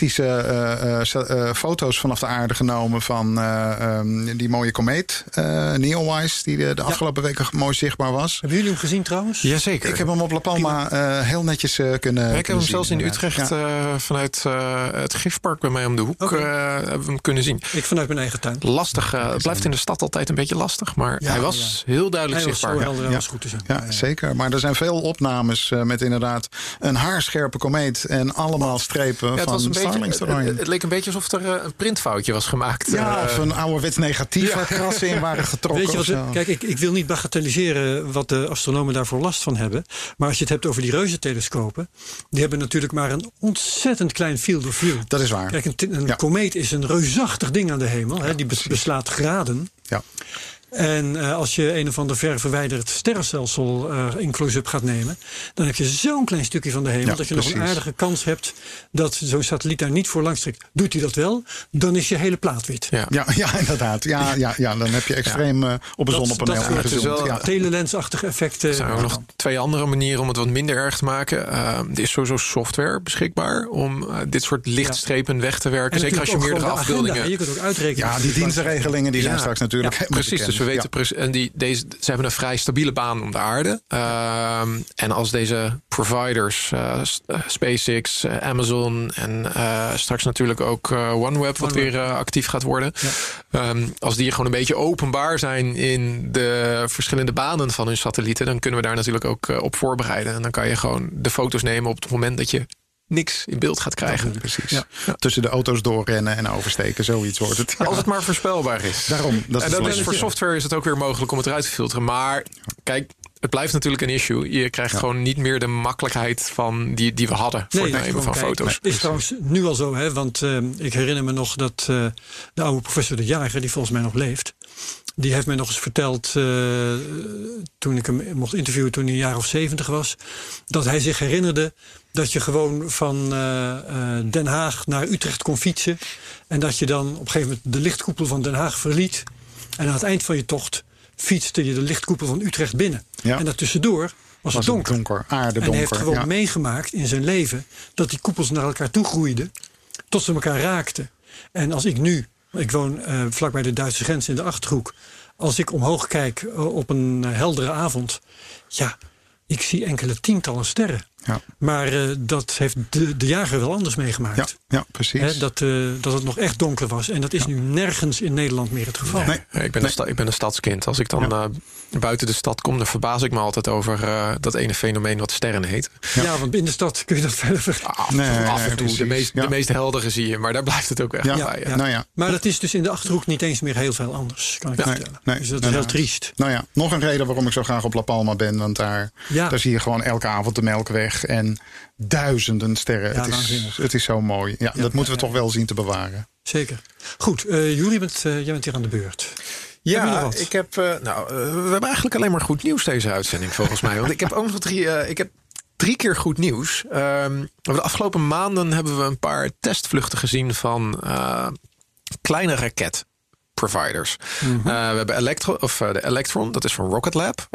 fantastische foto's vanaf de aarde genomen van die mooie komeet, Neowise, die de afgelopen weken mooi zichtbaar was. Hebben jullie hem gezien trouwens? Jazeker. Ik heb hem op La Palma heel netjes kunnen ik heb hem zelfs in Utrecht vanuit het Gifpark bij mij om de hoek hebben we hem kunnen zien. Ik vanuit mijn eigen tuin. Lastig. Het blijft in de stad altijd een beetje lastig. Maar hij was heel duidelijk zichtbaar. Hij was zo helder en was goed te zien. Ja, zeker. Maar er zijn veel opnames met inderdaad een haarscherpe komeet en allemaal strepen van Starlink eromheen. Het leek een beetje alsof er een printfoutje was gemaakt. Ja, of een ouderwets negatief waar krassen in waren getrokken. Weet je wat, kijk, ik wil niet bagatelliseren wat de astronomen daarvoor last van hebben. Maar als je het hebt over die reuzentelescopen, die hebben natuurlijk maar een ontzettend klein field of view. Dat is waar. Kijk, een komeet is een reusachtig ding aan de hemel. Die beslaat graden. Ja. En als je een of ander ver verwijderd sterrenstelsel in close-up gaat nemen, dan heb je zo'n klein stukje van de hemel dat je nog een aardige kans hebt dat zo'n satelliet daar niet voor langs trekt. Doet hij dat wel, dan is je hele plaat wit. Ja, inderdaad. Ja, dan heb je extreem op een zonnepaneel aangezoomd. Telelensachtige effecten. Er zijn ook nog 2 andere manieren om het wat minder erg te maken. Er is sowieso software beschikbaar om dit soort lichtstrepen weg te werken. Zeker als je meerdere afbeeldingen. Je kunt ook uitrekenen. Ja, die dienstenregelingen die zijn straks natuurlijk precies. Dus we weten en ze hebben een vrij stabiele baan om de aarde. En als deze providers, SpaceX, Amazon en straks natuurlijk ook OneWeb, wat weer actief gaat worden. Ja. Als die gewoon een beetje openbaar zijn in de verschillende banen van hun satellieten, dan kunnen we daar natuurlijk ook op voorbereiden. En dan kan je gewoon de foto's nemen op het moment dat je niks in beeld gaat krijgen. Precies. Ja. Tussen de auto's doorrennen en oversteken, zoiets wordt het. Als het maar voorspelbaar is. Daarom. Voor software is het ook weer mogelijk om het eruit te filteren. Maar kijk, het blijft natuurlijk een issue. Je krijgt gewoon niet meer de makkelijkheid van die we hadden voor het nemen van foto's. Is trouwens nu al zo, hè? Want ik herinner me nog dat de oude professor De Jager, die volgens mij nog leeft, die heeft mij nog eens verteld, toen ik hem mocht interviewen toen hij een jaar of 70 was, dat hij zich herinnerde dat je gewoon van Den Haag naar Utrecht kon fietsen. En dat je dan op een gegeven moment de lichtkoepel van Den Haag verliet. En aan het eind van je tocht fietste je de lichtkoepel van Utrecht binnen. Ja. En daartussendoor was het donker. Aardedonker. En hij heeft gewoon meegemaakt in zijn leven dat die koepels naar elkaar toe groeiden, tot ze elkaar raakten. En als ik woon vlakbij de Duitse grens in de Achterhoek. Als ik omhoog kijk op een heldere avond, ik zie enkele tientallen sterren. Ja. Maar dat heeft de Jager wel anders meegemaakt. Ja, precies. Dat het nog echt donker was. En dat is nu nergens in Nederland meer het geval. Nee, ik ben een stadskind. Als ik dan buiten de stad kom, dan verbaas ik me altijd over dat ene fenomeen wat sterren heet. Ja, want in de stad kun je dat verder... Af en toe. De meest heldere zie je, maar daar blijft het ook echt bij. Ja. Nou ja. Maar dat is dus in de Achterhoek niet eens meer heel veel anders, kan ik vertellen. Nee. Dus dat is heel triest. Nou ja, nog een reden waarom ik zo graag op La Palma ben. Want daar zie je gewoon elke avond de Melkweg en duizenden sterren. Ja, het is zo mooi. Ja, dat moeten we toch wel zien te bewaren. Zeker. Goed, Juri, jij bent hier aan de beurt. Ja, ik heb... we hebben eigenlijk alleen maar goed nieuws deze uitzending, volgens mij. Want ik heb ook nog drie keer goed nieuws. De afgelopen maanden hebben we een paar testvluchten gezien van kleine raketproviders. Mm-hmm. We hebben de Electron, dat is van Rocket Lab.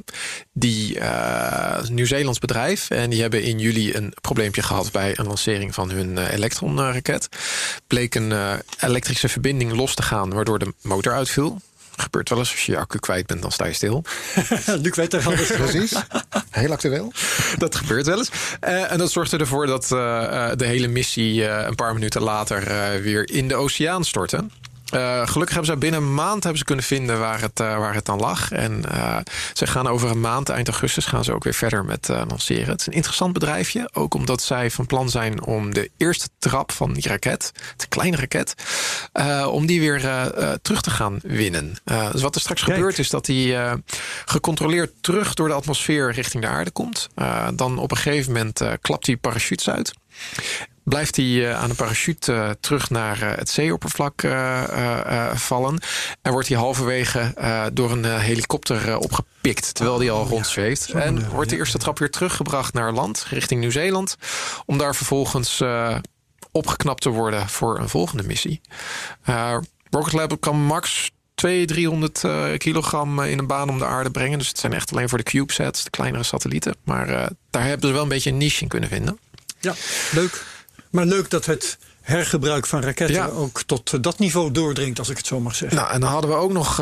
Nieuw-Zeelands bedrijf. En die hebben in juli een probleempje gehad bij een lancering van hun Electron-raket. Bleek een elektrische verbinding los te gaan, waardoor de motor uitviel. Gebeurt wel eens. Als je accu kwijt bent, dan sta je stil. Nu kwijt er alles. Precies. Heel actueel. Dat gebeurt wel eens. En dat zorgde ervoor dat de hele missie een paar minuten later weer in de oceaan stortte. Gelukkig hebben ze binnen een maand kunnen vinden waar het dan lag. En ze gaan over een maand, eind augustus, gaan ze ook weer verder met lanceren. Het is een interessant bedrijfje. Ook omdat zij van plan zijn om de eerste trap van die raket, de kleine raket, om die weer terug te gaan winnen. Dus wat er straks gebeurt is dat die gecontroleerd terug door de atmosfeer richting de aarde komt. Dan op een gegeven moment klapt die parachutes uit. Blijft hij aan de parachute terug naar het zeeoppervlak vallen. En wordt hij halverwege door een helikopter opgepikt, terwijl hij al rondzweeft. En wordt de eerste trap weer teruggebracht naar land, richting Nieuw-Zeeland. Om daar vervolgens opgeknapt te worden voor een volgende missie. Rocket Lab kan max 200-300 kilogram in een baan om de aarde brengen. Dus het zijn echt alleen voor de CubeSats, de kleinere satellieten. Maar daar hebben ze wel een beetje een niche in kunnen vinden. Ja, leuk. Maar leuk dat het hergebruik van raketten ook tot dat niveau doordringt, als ik het zo mag zeggen. Nou, en dan hadden we ook nog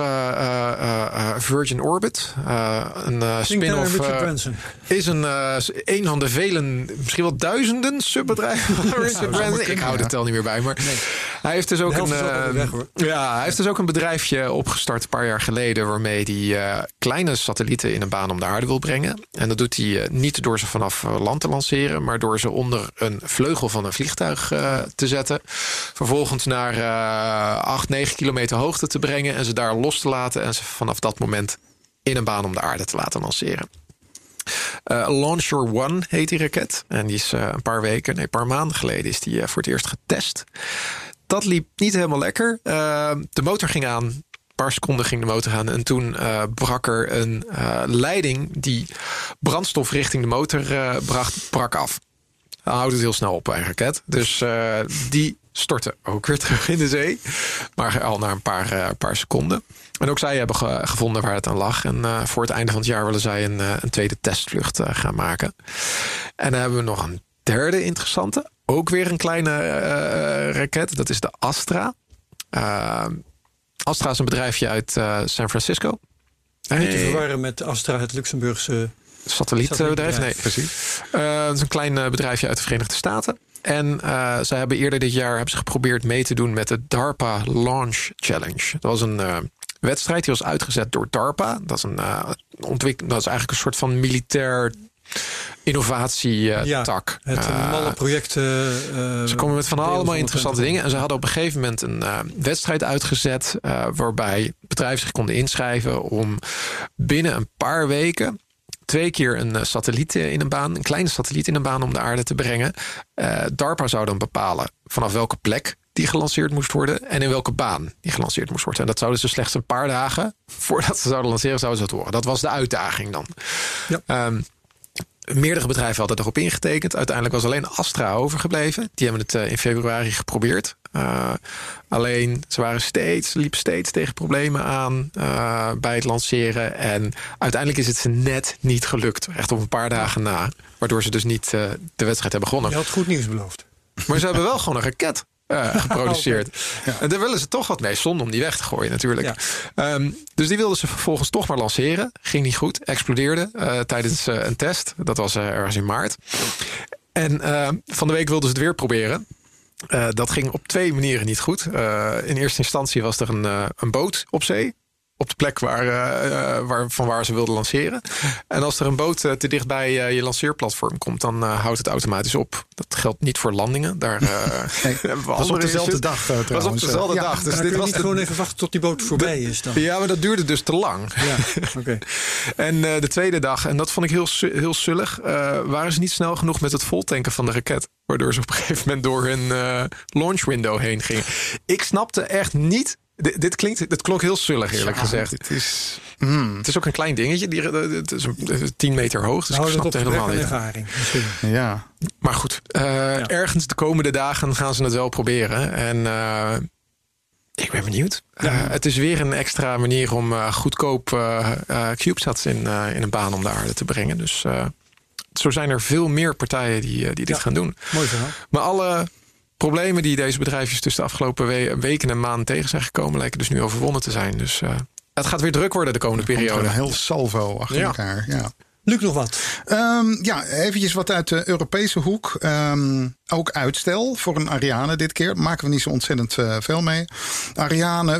Virgin Orbit. Een spin-off. Is een van de velen, misschien wel duizenden subbedrijven van Richard Branson. Ik hou de tel niet meer bij, maar hij heeft dus ook hij heeft dus ook een bedrijfje opgestart een paar jaar geleden, waarmee hij kleine satellieten in een baan om de aarde wil brengen. En dat doet hij niet door ze vanaf land te lanceren, maar door ze onder een vleugel van een vliegtuig te zetten. Vervolgens naar 8-9 kilometer hoogte te brengen en ze daar los te laten en ze vanaf dat moment in een baan om de aarde te laten lanceren. Launcher One heet die raket. En die is een paar maanden geleden is die voor het eerst getest. Dat liep niet helemaal lekker. De motor ging aan. Een paar seconden ging de motor aan. En toen brak er een leiding die brandstof richting de motor brak af. Dan houdt het heel snel op bij een raket. Dus die stortte ook weer terug in de zee. Maar al na een paar seconden. En ook zij hebben gevonden waar het aan lag. En voor het einde van het jaar willen zij een tweede testvlucht gaan maken. En dan hebben we nog een derde interessante. Ook weer een kleine raket. Dat is de Astra. Astra is een bedrijfje uit San Francisco. Niet te verwarren met Astra, het Luxemburgse satellietbedrijf. Nee, precies. Het is een klein bedrijfje uit de Verenigde Staten. En zij hebben eerder dit jaar geprobeerd mee te doen met de DARPA Launch Challenge. Dat was een wedstrijd die was uitgezet door DARPA. Dat is dat is eigenlijk een soort van militair innovatietak. Het malle projecten. Ze komen met van allemaal interessante dingen. En ze hadden op een gegeven moment een wedstrijd uitgezet waarbij bedrijven zich konden inschrijven om binnen een paar weken 2 keer een satelliet in een baan, een kleine satelliet in een baan om de aarde te brengen. DARPA zou dan bepalen vanaf welke plek die gelanceerd moest worden en in welke baan die gelanceerd moest worden. En dat zouden ze slechts een paar dagen voordat ze zouden lanceren, zouden ze het horen. Dat was de uitdaging dan. Ja. Meerdere bedrijven hadden erop ingetekend. Uiteindelijk was alleen Astra overgebleven. Die hebben het in februari geprobeerd. Alleen ze liepen steeds tegen problemen aan bij het lanceren. En uiteindelijk is het ze net niet gelukt. Echt op een paar dagen na. Waardoor ze dus niet de wedstrijd hebben gewonnen. Je had goed nieuws beloofd. Maar ze hebben wel gewoon een raket geproduceerd. Okay. Ja. En daar willen ze toch wat mee, zonder om die weg te gooien natuurlijk. Ja. Dus die wilden ze vervolgens toch maar lanceren. Ging niet goed, explodeerde tijdens een test. Dat was ergens in maart. En van de week wilden ze het weer proberen. Dat ging op 2 manieren niet goed. In eerste instantie was er een boot op zee. Op de plek van waar ze wilden lanceren. En als er een boot te dicht bij je lanceerplatform komt, dan houdt het automatisch op. Dat geldt niet voor landingen. Daar was op dezelfde dag trouwens. Was op dezelfde dag. Dus dit was gewoon even wachten tot die boot voorbij is dan. Ja, maar dat duurde dus te lang. Ja, okay. En de tweede dag, en dat vond ik heel sullig, waren ze niet snel genoeg met het voltanken van de raket. Waardoor ze op een gegeven moment door hun launch window heen gingen. Ik snapte echt niet. Dit klonk heel sullig, eerlijk gezegd. Het is ook een klein dingetje. Het is 10 meter hoog. Dus ik snap het helemaal niet. Ervaring, ja. Maar goed, ergens de komende dagen gaan ze het wel proberen. En ik ben benieuwd. Het is weer een extra manier om goedkoop CubeSats in een baan om de aarde te brengen. Dus zo zijn er veel meer partijen die dit gaan doen. Mooi verhaal. Maar alle problemen die deze bedrijfjes tussen de afgelopen weken en maanden tegen zijn gekomen, lijken dus nu overwonnen te zijn. Dus het gaat weer druk worden de komende periode. Een heel salvo achter elkaar. Ja. Luc, nog wat? Eventjes wat uit de Europese hoek. Ook uitstel voor een Ariane dit keer. Maken we niet zo ontzettend veel mee. Ariane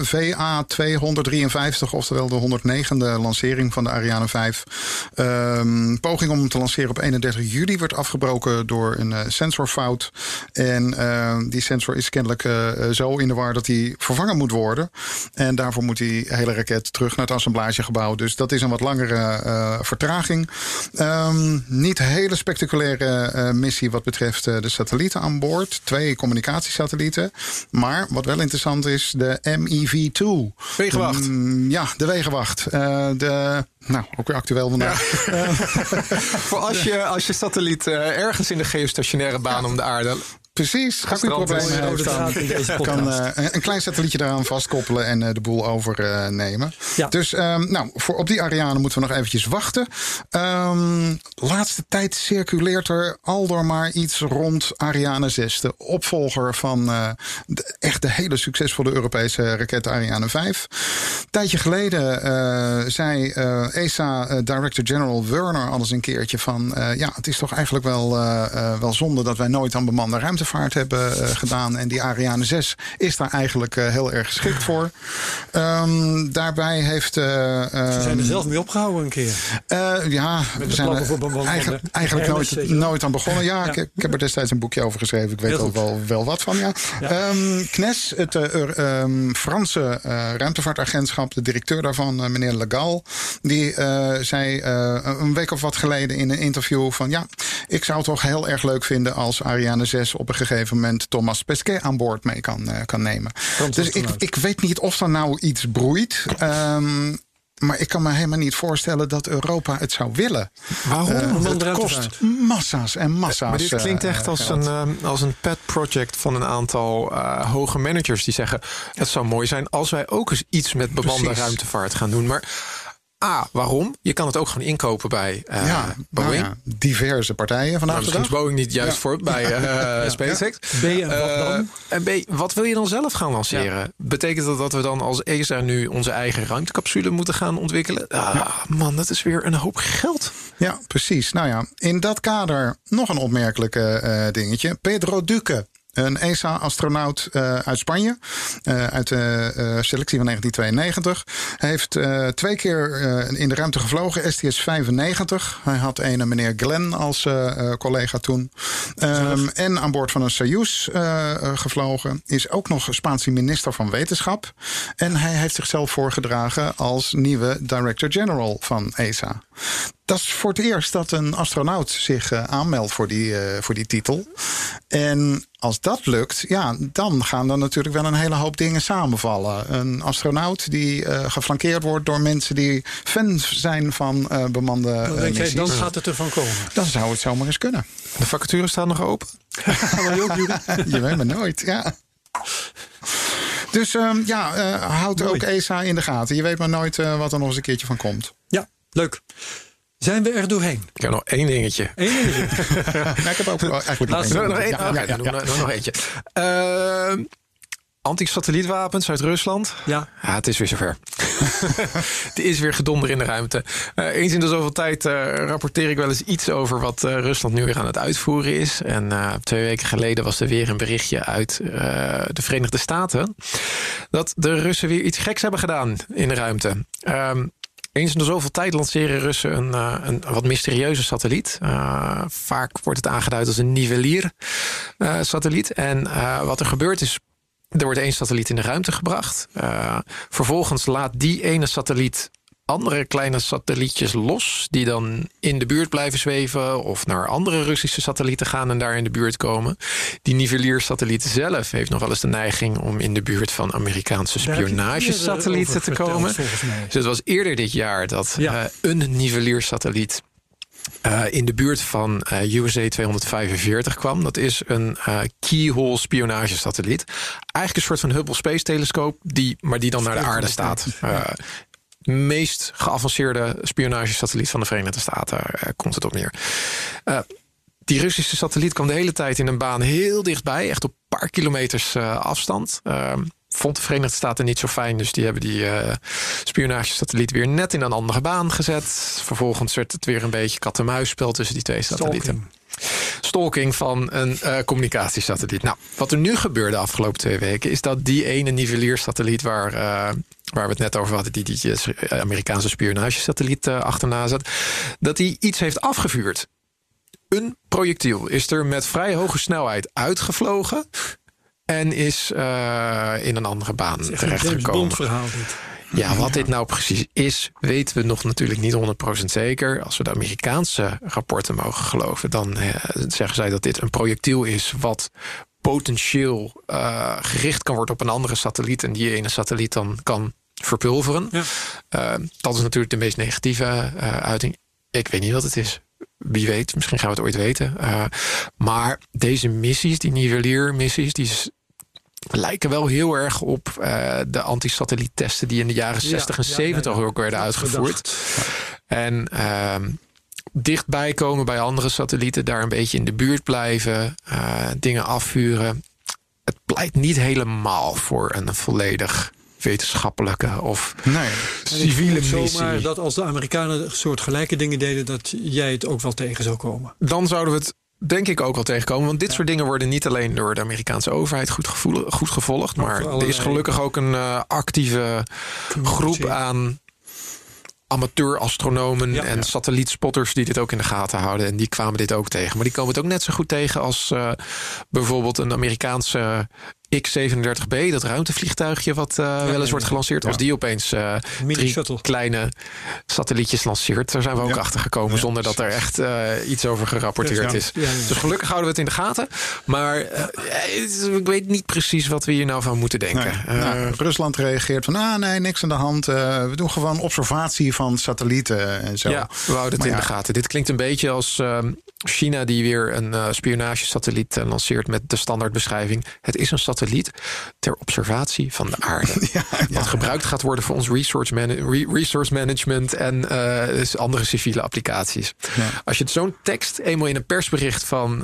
VA253, oftewel de 109e lancering van de Ariane 5. Poging om hem te lanceren op 31 juli werd afgebroken door een sensorfout. En die sensor is kennelijk zo in de war dat die vervangen moet worden. En daarvoor moet die hele raket terug naar het assemblagegebouw. Dus dat is een wat langere vertraging. Niet een hele spectaculaire missie wat betreft de satellieten aan boord. 2 communicatiesatellieten. Maar wat wel interessant is, de MEV-2. Wegenwacht. De Wegenwacht. Ook weer actueel vandaag. Ja. Voor als je satelliet ergens in de geostationaire baan om de aarde. Precies, ga ik een probleem heeft. Kan een klein satellietje eraan vastkoppelen en de boel overnemen. Ja. Dus op die Ariane moeten we nog eventjes wachten. Laatste tijd circuleert er aldoor maar iets rond Ariane 6. De opvolger van de hele succesvolle Europese raket Ariane 5. Een tijdje geleden zei ESA Director-General Werner al eens een keertje van het is toch eigenlijk wel zonde dat wij nooit aan bemande ruimtevaart hebben gedaan. En die Ariane 6 is daar eigenlijk heel erg geschikt voor. Daarbij heeft ze zijn er zelf mee opgehouden een keer. We zijn er eigenlijk nooit aan begonnen. Ja, ik heb er destijds een boekje over geschreven. Ik weet er wel wat van, ja. CNES, het Franse ruimtevaartagentschap, de directeur daarvan, meneer Le Gall, die zei een week of wat geleden in een interview van ik zou het toch heel erg leuk vinden als Ariane 6 op een gegeven moment Thomas Pesquet aan boord mee kan nemen. Dus ik weet niet of er nou iets broeit. Maar ik kan me helemaal niet voorstellen dat Europa het zou willen. Waarom? Het kost massa's en massa's. Maar dit klinkt echt als een pet project van een aantal hoge managers die zeggen, het zou mooi zijn als wij ook eens iets met bemande ruimtevaart gaan doen. Maar waarom? Je kan het ook gewoon inkopen bij Boeing. Diverse partijen vandaag de dag. Misschien Boeing niet juist voor bij SpaceX. B, en wat dan? En B, wat wil je dan zelf gaan lanceren? Ja. Betekent dat we dan als ESA nu onze eigen ruimtecapsule moeten gaan ontwikkelen? Man, dat is weer een hoop geld. Ja, precies. In dat kader nog een opmerkelijk dingetje. Pedro Duque. Een ESA-astronaut uit Spanje, uit de selectie van 1992. Hij heeft 2 keer in de ruimte gevlogen, STS-95. Hij had een meneer Glenn als collega toen. En aan boord van een Soyuz gevlogen. Is ook nog Spaanse minister van Wetenschap. En hij heeft zichzelf voorgedragen als nieuwe Director-General van ESA. Dat is voor het eerst dat een astronaut zich aanmeldt voor die titel. En als dat lukt, dan gaan er natuurlijk wel een hele hoop dingen samenvallen. Een astronaut die geflankeerd wordt door mensen die fans zijn van bemande missies. Dan gaat het ervan komen. Dan zou het zomaar eens kunnen. De vacature staat nog open. Je weet maar nooit, ja. Dus houd ook ESA in de gaten. Je weet maar nooit wat er nog eens een keertje van komt. Ja, leuk. Zijn we er doorheen? Ik heb nog één dingetje. Ik heb ook eigenlijk nog eentje. Anti-satellietwapens uit Rusland. Ja, het is weer zover. Het is weer gedonder in de ruimte. Eens in de zoveel tijd rapporteer ik wel eens iets over wat Rusland nu weer aan het uitvoeren is. En 2 weken geleden was er weer een berichtje uit de Verenigde Staten dat de Russen weer iets geks hebben gedaan in de ruimte. Eens in de zoveel tijd lanceren Russen een wat mysterieuze satelliet. Vaak wordt het aangeduid als een nivellier-satelliet. En wat er gebeurt is, er wordt 1 satelliet in de ruimte gebracht. Vervolgens laat die ene satelliet andere kleine satellietjes los, die dan in de buurt blijven zweven of naar andere Russische satellieten gaan en daar in de buurt komen. Die nivelliersatelliet zelf heeft nog wel eens de neiging om in de buurt van Amerikaanse spionagesatellieten te komen. Dus het was eerder dit jaar dat een nivelliersatelliet in de buurt van USA 245 kwam. Dat is een keyhole spionagesatelliet. Eigenlijk een soort van Hubble Space Telescoop, maar die dan naar de aarde staat. Meest geavanceerde spionagesatelliet van de Verenigde Staten komt het op neer. Die Russische satelliet kwam de hele tijd in een baan heel dichtbij, echt op een paar kilometers afstand. Vond de Verenigde Staten niet zo fijn, dus die hebben die spionagesatelliet weer net in een andere baan gezet. Vervolgens werd het weer een beetje kat-en-muisspel tussen die 2 satellieten. Stalking van een communicatiesatelliet. Nou, wat er nu gebeurde de afgelopen 2 weken is dat die ene nivelliersatelliet waar we het net over hadden, die Amerikaanse spionagesatelliet achterna zat, dat die iets heeft afgevuurd. Een projectiel is er met vrij hoge snelheid uitgevlogen en is in een andere baan terechtgekomen. Ja, wat dit nou precies is, weten we nog natuurlijk niet 100% zeker. Als we de Amerikaanse rapporten mogen geloven, dan zeggen zij dat dit een projectiel is wat potentieel gericht kan worden op een andere satelliet en die ene satelliet dan kan verpulveren. Ja. Dat is natuurlijk de meest negatieve uiting. Ik weet niet wat het is. Wie weet, misschien gaan we het ooit weten. Maar deze missies, die nivelliermissies, die lijken wel heel erg op de anti-satelliettesten die in de jaren 60 en 70 ook werden uitgevoerd. En dichtbij komen bij andere satellieten, daar een beetje in de buurt blijven, dingen afvuren. Het pleit niet helemaal voor een volledig wetenschappelijke of civiele missie. Zomaar dat als de Amerikanen een soort gelijke dingen deden, dat jij het ook wel tegen zou komen. Dan zouden we het denk ik ook wel tegenkomen. Want dit soort dingen worden niet alleen door de Amerikaanse overheid goed gevolgd. Maar er is gelukkig ook een actieve groep aan amateur-astronomen en satellietspotters die dit ook in de gaten houden. En die kwamen dit ook tegen. Maar die komen het ook net zo goed tegen als bijvoorbeeld een Amerikaanse X-37B, dat ruimtevliegtuigje wat wel eens wordt gelanceerd. Als die opeens 3 kleine satellietjes lanceert, daar zijn we ook achter gekomen zonder dat er echt iets over gerapporteerd is. Dus gelukkig houden we het in de gaten. Maar ik weet niet precies wat we hier nou van moeten denken. Rusland reageert van nee, niks aan de hand. We doen gewoon observatie van satellieten en zo. Ja, we houden het in de gaten. Dit klinkt een beetje als China die weer een spionagesatelliet lanceert met de standaardbeschrijving. Het is een satelliet ter observatie van de aarde. Wat gebruikt gaat worden voor ons resource management en dus andere civiele applicaties. Ja. Als je zo'n tekst eenmaal in een persbericht van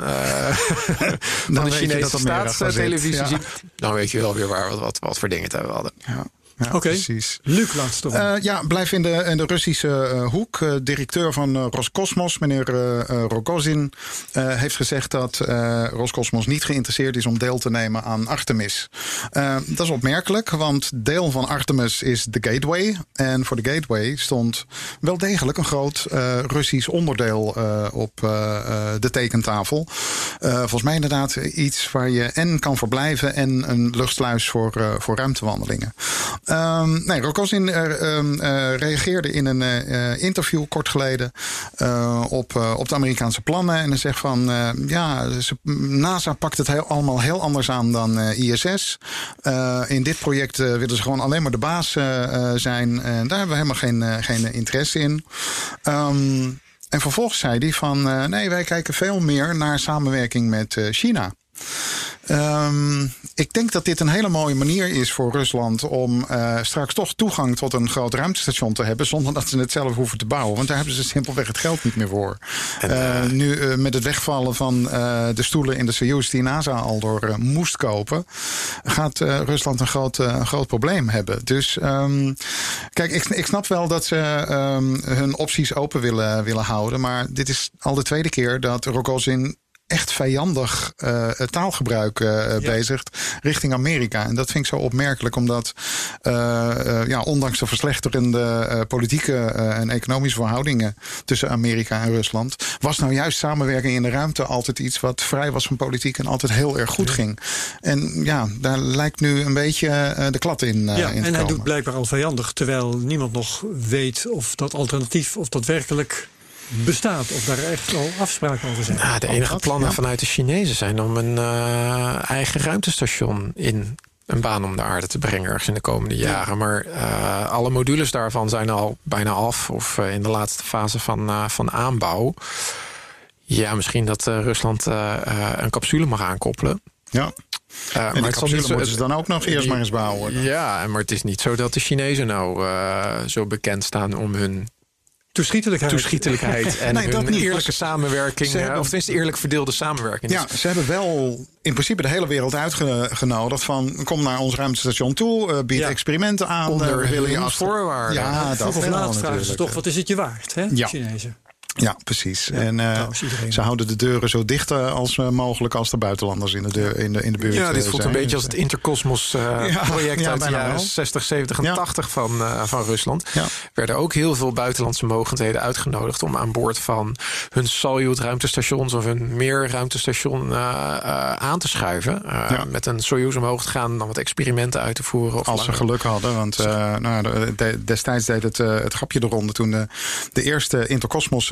de Chinese staatstelevisie ziet, dan weet je wel weer wat voor dingen te hadden. Ja, precies. Luc, laatste. Blijf in de Russische hoek. Directeur van Roscosmos, meneer Rogozin, heeft gezegd dat Roscosmos niet geïnteresseerd is om deel te nemen aan Artemis. Dat is opmerkelijk, want deel van Artemis is de Gateway. En voor de Gateway stond wel degelijk een groot Russisch onderdeel op de tekentafel. Volgens mij inderdaad iets waar je en kan verblijven en een luchtsluis voor ruimtewandelingen. Rogozin reageerde in een interview kort geleden op de Amerikaanse plannen. En hij zegt van, NASA pakt het allemaal heel anders aan dan ISS. In dit project willen ze gewoon alleen maar de baas zijn. En daar hebben we helemaal geen interesse in. En vervolgens zei hij van, nee, wij kijken veel meer naar samenwerking met China. Ik denk dat dit een hele mooie manier is voor Rusland om straks toch toegang tot een groot ruimtestation te hebben, zonder dat ze het zelf hoeven te bouwen. Want daar hebben ze simpelweg het geld niet meer voor. Nu met het wegvallen van de stoelen in de Soyuz die NASA al door moest kopen, gaat Rusland een groot probleem hebben. Dus kijk, ik snap wel dat ze hun opties open willen houden. Maar dit is al de tweede keer dat Rogozin echt vijandig taalgebruik bezigt richting Amerika. En dat vind ik zo opmerkelijk, omdat ondanks de verslechterende politieke en economische verhoudingen tussen Amerika en Rusland, was nou juist samenwerking in de ruimte altijd iets wat vrij was van politiek en altijd heel erg goed ging. En ja, daar lijkt nu een beetje de klad in te komen. Hij doet blijkbaar al vijandig, terwijl niemand nog weet of dat alternatief, of dat werkelijk bestaat, of daar echt al afspraken over zijn. De enige plannen vanuit de Chinezen zijn om een eigen ruimtestation in een baan om de aarde te brengen ergens in de komende jaren. Maar alle modules daarvan zijn al bijna af of in de laatste fase van aanbouw. Ja, misschien dat Rusland een capsule mag aankoppelen. Ja. En maar het moeten ze dan ook nog eerst maar eens bouwen. Ja, maar het is niet zo dat de Chinezen nou zo bekend staan om hun toeschietelijkheid en hun eerlijke samenwerking, of tenminste eerlijk verdeelde samenwerking. Ja, ze hebben wel in principe de hele wereld uitgenodigd van, kom naar ons ruimtestation toe, bied experimenten aan. Onder hun voorwaarden. Ja, dat of laat vragen ze toch, wat is het je waard, hè, ja. Chinezen? Ja, precies. Ja, en ze houden de deuren zo dicht als mogelijk als de buitenlanders in de buurt. Ja, dit voelt een beetje als het Interkosmos project uit de jaren 60, 70 en 80 van Rusland. Ja. Werden ook heel veel buitenlandse mogendheden uitgenodigd om aan boord van hun Salyut ruimtestations of hun Mir ruimtestation aan te schuiven. Met een Soyuz omhoog te gaan, dan wat experimenten uit te voeren. Of als ze geluk hadden, want destijds deed het grapje de ronde toen de eerste Interkosmos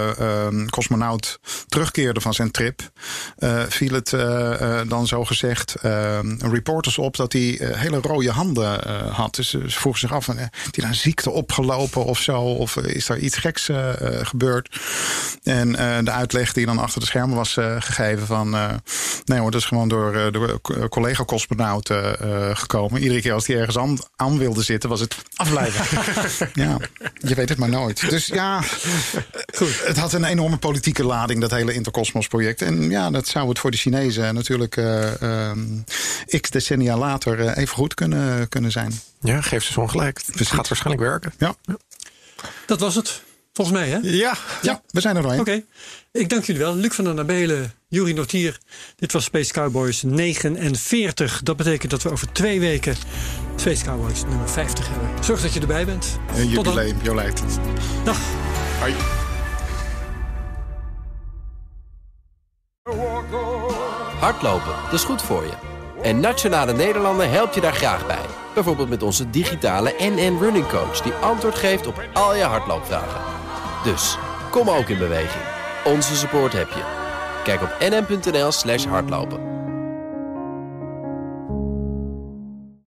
cosmonaut terugkeerde van zijn trip, viel het dan zogezegd reporters op dat hij hele rode handen had. Dus ze vroegen zich af, heeft hij nou ziekte opgelopen of zo? Of is er iets geks gebeurd? En de uitleg die dan achter de schermen was gegeven van nee hoor, dat is gewoon door de collega-cosmonauten gekomen. Iedere keer als hij ergens aan wilde zitten, was het afblijven. Ja, je weet het maar nooit. Dus ja, goed. Het had een enorme politieke lading, dat hele Interkosmos-project. En ja, dat zou het voor de Chinezen natuurlijk x decennia later even goed kunnen zijn. Ja, geef ze zo'n gelijk. Het gaat waarschijnlijk werken. Ja. Dat was het. Volgens mij, hè? Ja, we zijn er doorheen. Oké. Ik dank jullie wel. Luc van der Nabelen, Juri Notier. Dit was Space Cowboys 49. Dat betekent dat we over 2 weken Space Cowboys nummer 50 hebben. Zorg dat je erbij bent. Een jubileum, Jolijt. Dag. Hoi. Hardlopen, dat is goed voor je. En Nationale Nederlanden helpt je daar graag bij. Bijvoorbeeld met onze digitale NN Running Coach, die antwoord geeft op al je hardloopvragen. Dus, kom ook in beweging. Onze support heb je. Kijk op nn.nl/hardlopen.